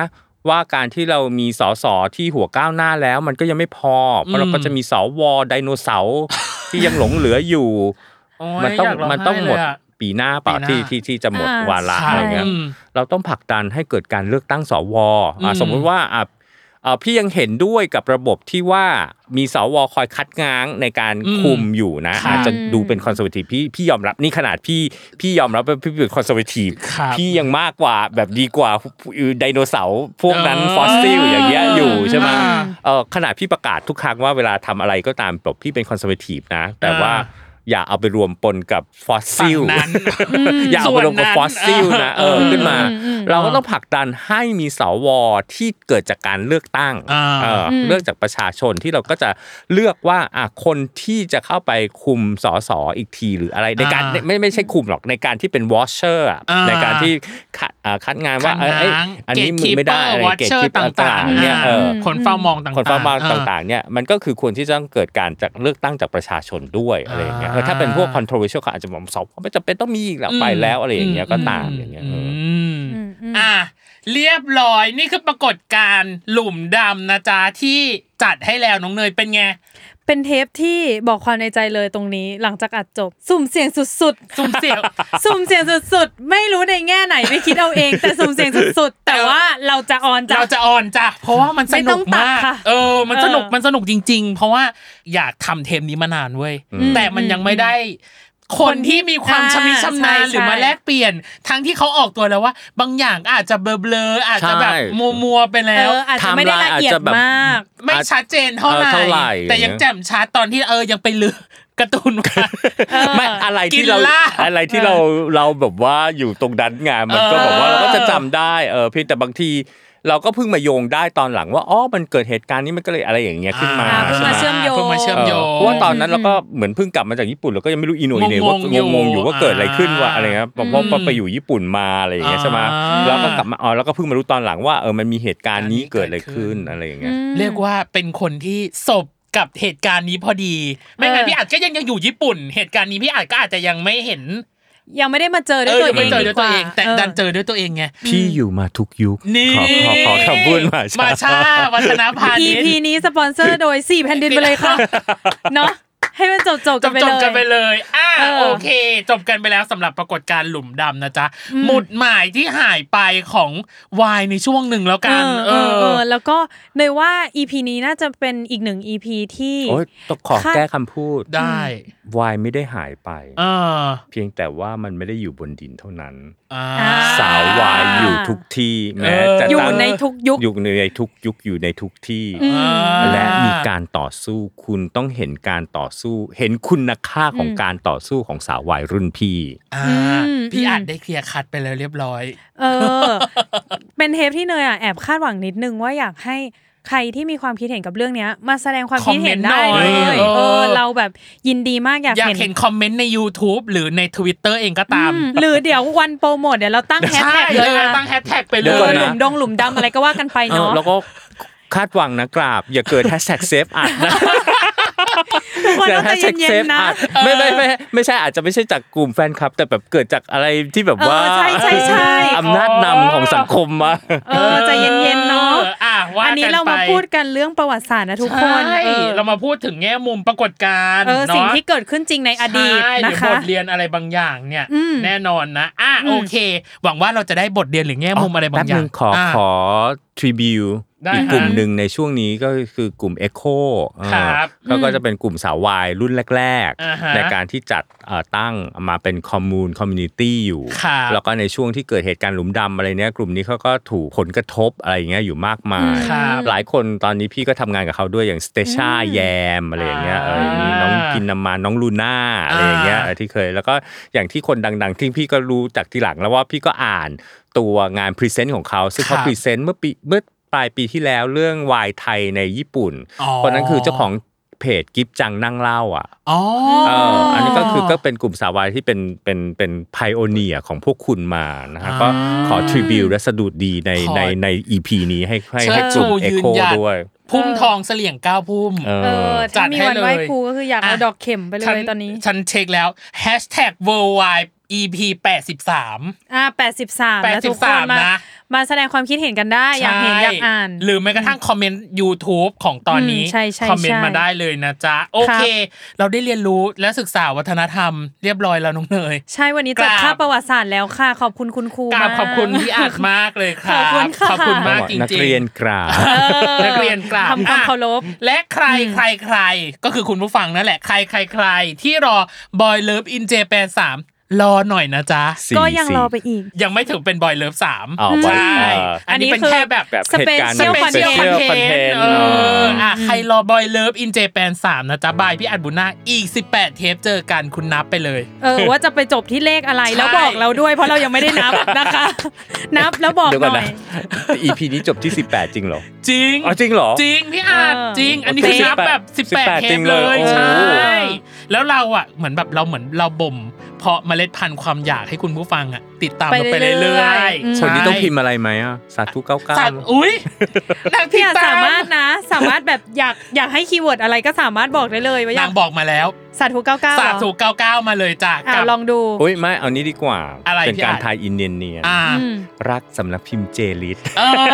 ว่าการที่เรามีสสที่หัวก้าวหน้าแล้วมันก็ยังไม่พอเพราะเราก็จะมีสวไดโนเสาร์ที่ยังหลงเหลืออยู่มันต้องมันต้องหมดปีหน้าเปล่าที่ที่ที่จะหมดวาระอะไรเงี้ยเราต้องผลักดันให้เกิดการเลือกตั้งสวสมมติว่าอ่ะเอ่อพี่ยังเห็นด้วยกับระบบที่ว่ามีสวคอยคัดง้างในการคุมอยู่นะอาจจะดูเป็นคอนเซอร์เวทีฟพี่พี่ยอมรับนี่ขนาดพี่พี่ยอมรับว่าพี่เป็นคอนเซอร์เวทีฟพี่ยังมากกว่าแบบดีกว่าไดโนเสาร์พวกนั้นฟอสซิลอย่างเงี้ยอยู่ใช่มั้ยเอ่อขนาดพี่ประกาศทุกครั้งว่าเวลาทำอะไรก็ตามแบบพี่เป็นคอนเซอร์เวทีฟนะแต่ว่าอย่าเอาไปรวมปนกับฟอสซิลอย่าเอาไปรวมกับฟอสซิลนะเออขึ้นมาเราก็ต้องผลักดันให้มีสวที่เกิดจากการเลือกตั้งเออเลือกจากประชาชนที่เราก็จะเลือกว่าอ่ะคนที่จะเข้าไปคุมสสอีกทีหรืออะไรในการไม่ไม่ใช่คุมหรอกในการที่เป็นวอชเชอร์ในการที่คัดงานว่าเอ้ยอันนี้มึงไม่ได้อะไรเกตคิปต่างๆเนี่ยเออคนเฝ้ามองต่างๆคนเฝ้ามองต่างๆเนี่ยมันก็คือควรที่จะต้องเกิดการจากเลือกตั้งจากประชาชนด้วยอะไรอย่างเงี้ยถ้าเป็นพวก controversial เขาอาจจะบอกสอบไม่จำเป็นต้องมีอีกแล้วไปแล้วอะไรอย่างเงี้ยก็ตามอย่างเงี้ยอ่ะเรียบร้อยนี่คือปรากฏการณ์หลุมดำนะจ๊ะที่จัดให้แล้วน้องเนยเป็นไงเป็นเทปที่บอกความในใจเลยตรงนี้หลังจากอัดจบสุ่มเสียงสุดๆสุ่มเสียงสุ่มเสียงสุดๆไม่รู้ในแง่ไหนไม่คิดเอาเองแต่สุ่มเสียงสุดๆแต่ว่าเราจะออนจ้ะเราจะออนจ้ะเพราะว่ามันสนุกมากเออมันสนุกมันสนุกจริงๆเพราะว่าอยากทำเทปนี้มานานเว้ยแต่มันยังไม่ได้คนที่มีความชำนิชำนาญหรือมาแลกเปลี่ยนทั้งที่เขาออกตัวแล้วว่าบางอย่างอาจจะเบลอๆอาจจะแบบมัวๆไปแล้วอาจจะไม่ได้ละเอียดมากไม่ชัดเจนเท่าไหร่แต่ยังแจ่มชัดตอนที่เออยังไปลือการ์ตูนว่าไม่อะไรที่เราอะไรที่เราเราแบบว่าอยู่ตรงนั้นไงมันก็แบบว่าเราก็จะจำได้เออเพียงแต่บางทีเราก็เพิ่งมาโยงได้ตอนหลังว่าอ๋อมันเกิดเหตุการณ์นี้มันก็เลยอะไรอย่างเงี้ยขึ้นมาเพิ่งมาเชื่อมโยงเพิ่งมาเชื่อมโยงเพราะว่าตอนนั้นเราก็เหมือนเพิ่งกลับมาจากญี่ปุ่นเราก็ยังไม่รู้อิโนอิเนะว่างงๆอยู่ว่าเกิดอะไรขึ้นว่าอะไรเงี้ยเพราะไปอยู่ญี่ปุ่นมาอะไรอย่างเงี้ยใช่มั้ยแล้วก็กลับมาอ๋อแล้วก็เพิ่งมารู้ตอนหลังว่าเออมันมีเหตุการณ์นี้เกิดอะไรขึ้นอะไรอย่างเงี้ยเรียกว่าเป็นคนที่สบกับเหตุการณ์นี้พอดีไม่งั้นพี่อาจก็ยังยังอยู่ญี่ปุ่นเหตุการณ์นี้พี่อาจก็อาจจะยังไม่เห็นยังไม่ได้มาเจอด้วยตัวเองดีกว่าแต่ดันเจอด้วยตัวเองไงพี่อยู่มาทุกยุคขอขอขอคำพูดมาชามาชาวัฒนพาณิชย์อี พี นี้สปอนเซอร์โดยสี่แผ่นดินไปเลยค่ะเนาะให้มันจบๆกันไปเลยจบๆกันไปเลยอ่ะโอเคจบกันไปแล้วสำหรับปรากฏการณ์หลุมดำนะจ๊ะหมุดหมายที่หายไปของวายในช่วงหนึ่งแล้วกันเออแล้วก็เนยว่า อี พี นี้น่าจะเป็นอีกหนึ่ง อี พี ที่โอ๊ยต้องขอแก้คำพูดได้วายไม่ได้หายไปเพียงแต่ว่ามันไม่ได้อยู่บนดินเท่านั้นสาววายอยู่ทุกที่แม้จะอยู่ในทุกยุคอยู่ในทุกยุคอยู่ในทุกที่และมีการต่อสู้คุณต้องเห็นการต่อสู้เห็นคุณค่าของการต่อสู้ของสาววายรุ่นพี่อ่าพี่อาจได้เคลียร์คัดไปแล้วเรียบร้อยเออเป็นเทปที่เนยอ่ะแอบคาดหวังนิดนึงว่าอยากให้ใครที่มีความคิดเห็นกับเรื่องนี้มาแสดงความคิดเห็นได้เลยเออเราแบบยินดีมากอยากเห็นอยากเห็นคอมเมนต์ใน YouTube หรือใน Twitter เองก็ตามหรือเดี๋ยววันโปรโมทเดี๋ยวเราตั้งแฮชแท็กเลยนะตั้งแฮชแท็กไปเลยหลุมดงหลุมดำอะไรก็ว่ากันไปเนาะแล้วก็คาดหวังนะกราบอย่าเกิดแฮชแท็กเซฟอัดนะทุกคนต้องใจเย็นๆนะไม่ไม่ไม่ไม่ใช่อาจจะไม่ใช่จากกลุ่มแฟนคลับแต่แบบเกิดจากอะไรที่แบบว่าใช่ใช่ใช่อำนาจนำของสังคมมาเออใจเย็นๆเนาะอันนี้เรามาพูดกันเรื่องประวัติศาสตร์นะทุกคนเรามาพูดถึงแง่มุมปรากฏการณ์เนาะสิ่งที่เกิดขึ้นจริงในอดีตนะคะบทเรียนอะไรบางอย่างเนี่ยแน่นอนนะอ่ะโอเคหวังว่าเราจะได้บทเรียนหรือแง่มุมอะไรบางอย่างขอขอ tribute อีกกลุ่มหนึ่งในช่วงนี้ก็คือกลุ่ม Echo เขาก็จะเป็นกลุ่มสาววายรุ่นแรกๆในการที่จัดตั้งมาเป็นคอมมูนคอมมูนิตี้อยู่แล้วก็ในช่วงที่เกิดเหตุการณ์หลุมดำอะไรเนี้ยกลุ่มนี้เขาก็ถูกผลกระทบอะไรอย่างเงี้ยอยู่มากมายหลายคนตอนนี้พี่ก็ทำงานกับเขาด้วยอย่างสเตช่าแยมอะไรอย่างเงี้ยมีน้องกินน้ำมันน้องลูน่าอะไรอย่างเงี้ยที่เคยแล้วก็อย่างที่คนดังๆที่พี่ก็รู้จากทีหลังแล้วว่าพี่ก็อ่านตัวงานพรีเซนต์ของเขาซึ่งเขาพรีเซนต์เมื่อปีเมื่อปลายปีที่แล้วเรื่องวายไทยในญี่ปุ่นคนนั้นคือเจ้าของเพจกิฟจังนั่งเล่าอ่ะอ๋อเอออันนี้ก็คือก็เป็นกลุ่มสาววายที่เป็นเป็นเป็นไพโอเนียร์ของพวกคุณมานะฮะก็ขอทริบิวและสดุดดีในในใน อี พี นี้ให้ให้ให้กลุ่ม Echo ด้วยพุ่มทองเสลี่ยงเก้าพุ่มเออถ้ามีวันไหว้ครูก็คืออยากเอาดอกเข็มไปเลยตอนนี้ฉันเช็คแล้ว แฮชแท็ก เวิลด์ไวด์อี พี แปดสิบสามอ่าแปดสิบสามแล้วทุกคนมามาแสดงความคิดเห็นกันได้อยากเห็นอยากอ่านหรือแม้กระทั่งคอมเมนต์ YouTube ของตอนนี้คอมเมนต์มาได้เลยนะจ๊ะโอเคเราได้เรียนรู้และศึกษาวัฒนธรรมเรียบร้อยแล้วน้องเนยใช่วันนี้จบคาบประวัติศาสตร์แล้วค่ะขอบคุณคุณครูมากขอบคุณพี่อาจมากเลยครับขอบคุณค่ะขอบคุณมากจริงๆนักเรียนกราบนักเรียนกราบทำความเคารพและใครใครใครก็คือคุณผู้ฟังนั่นแหละใครใครใครที่รอ Boy Love in Japan สามรอหน่อยนะจ๊ะก็ยังรอไปอีกยังไม่ถึงเป็น Boy Love สามใช่อันนี้เป็นแค่แบบสเปเชียลคอนเทนต์เอออ่ะใครรอ Boy Love in Japan สามนะจ๊ะบายพี่อัดบุญนาคอีกสิบแปดเทปเจอกันคุณนับไปเลยเออว่าจะไปจบที่เลขอะไรแล้วบอกเราด้วยเพราะเรายังไม่ได้นับนะคะนับแล้วบอกหน่อยอี พี นี้จบที่สิบแปดจริงเหรอจริงอ๋อจริงเหรอจริงพี่อาจจริงอันนี้คือนับแบบสิบแปดเทปเลยใช่แล้วเราอ่ะเหมือนแบบเราเหมือนเราบ่มเพาะเมล็ดพันธุ์ความอยากให้คุณผู้ฟังอ่ะติดตามเราไปเรื่อยๆคนนี้ต้องพิมพ์อะไรไหมอ่ะสาธุเก้าเก้าสัตว์อุ้ยนางพี่สามารถนะสามารถแบบอยากอยากให้คีย์เวิร์ดอะไรก็สามารถบอกได้เลยว่าอยากนางบอกมาแล้วสาธุเก้าเก้าสาธุเก้าเก้ามาเลยจ้ะลองดูอุ้ยไม่เอานี้ดีกว่าเป็นการทายอินเนียนเนียนรักสำนักพิมพ์เจลิส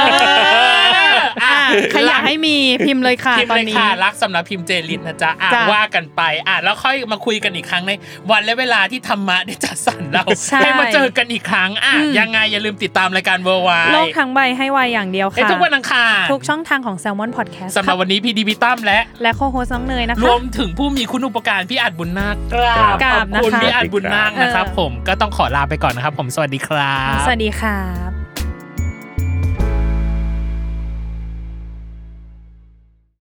ใครอยากให้มีพิมพ์เลยค่ะตอนนี้รักสำนักพิมพ์เจลิสนะจ๊ะอ่ะว่ากันไปอ่ะแล้วค่อยมาคุยกันอีกครั้งในวันและเวลาที่ธรรมะได้จัดสรรเราให้มาเจอกันอีกครั้งอ่ะยังไงอย่าลืมติดตามรายการเวอร์ไวโลกทั้งใบให้วายอย่างเดียวค่ะทุกวันอังคารทุกช่องทางของ Salmon Podcast สำหรับวันนี้พี่ดีพี่ตั้มและและโคโฮสน้องเนยนะคะรวมถึงผู้มีคุณอุปการพี่อัดบุญนาคกราบขอบคุณพี่อัดบุญนาคนะครับผมก็ต้องขอลาไปก่อนนะครับผมสวัสดีครับสวัสดีครับ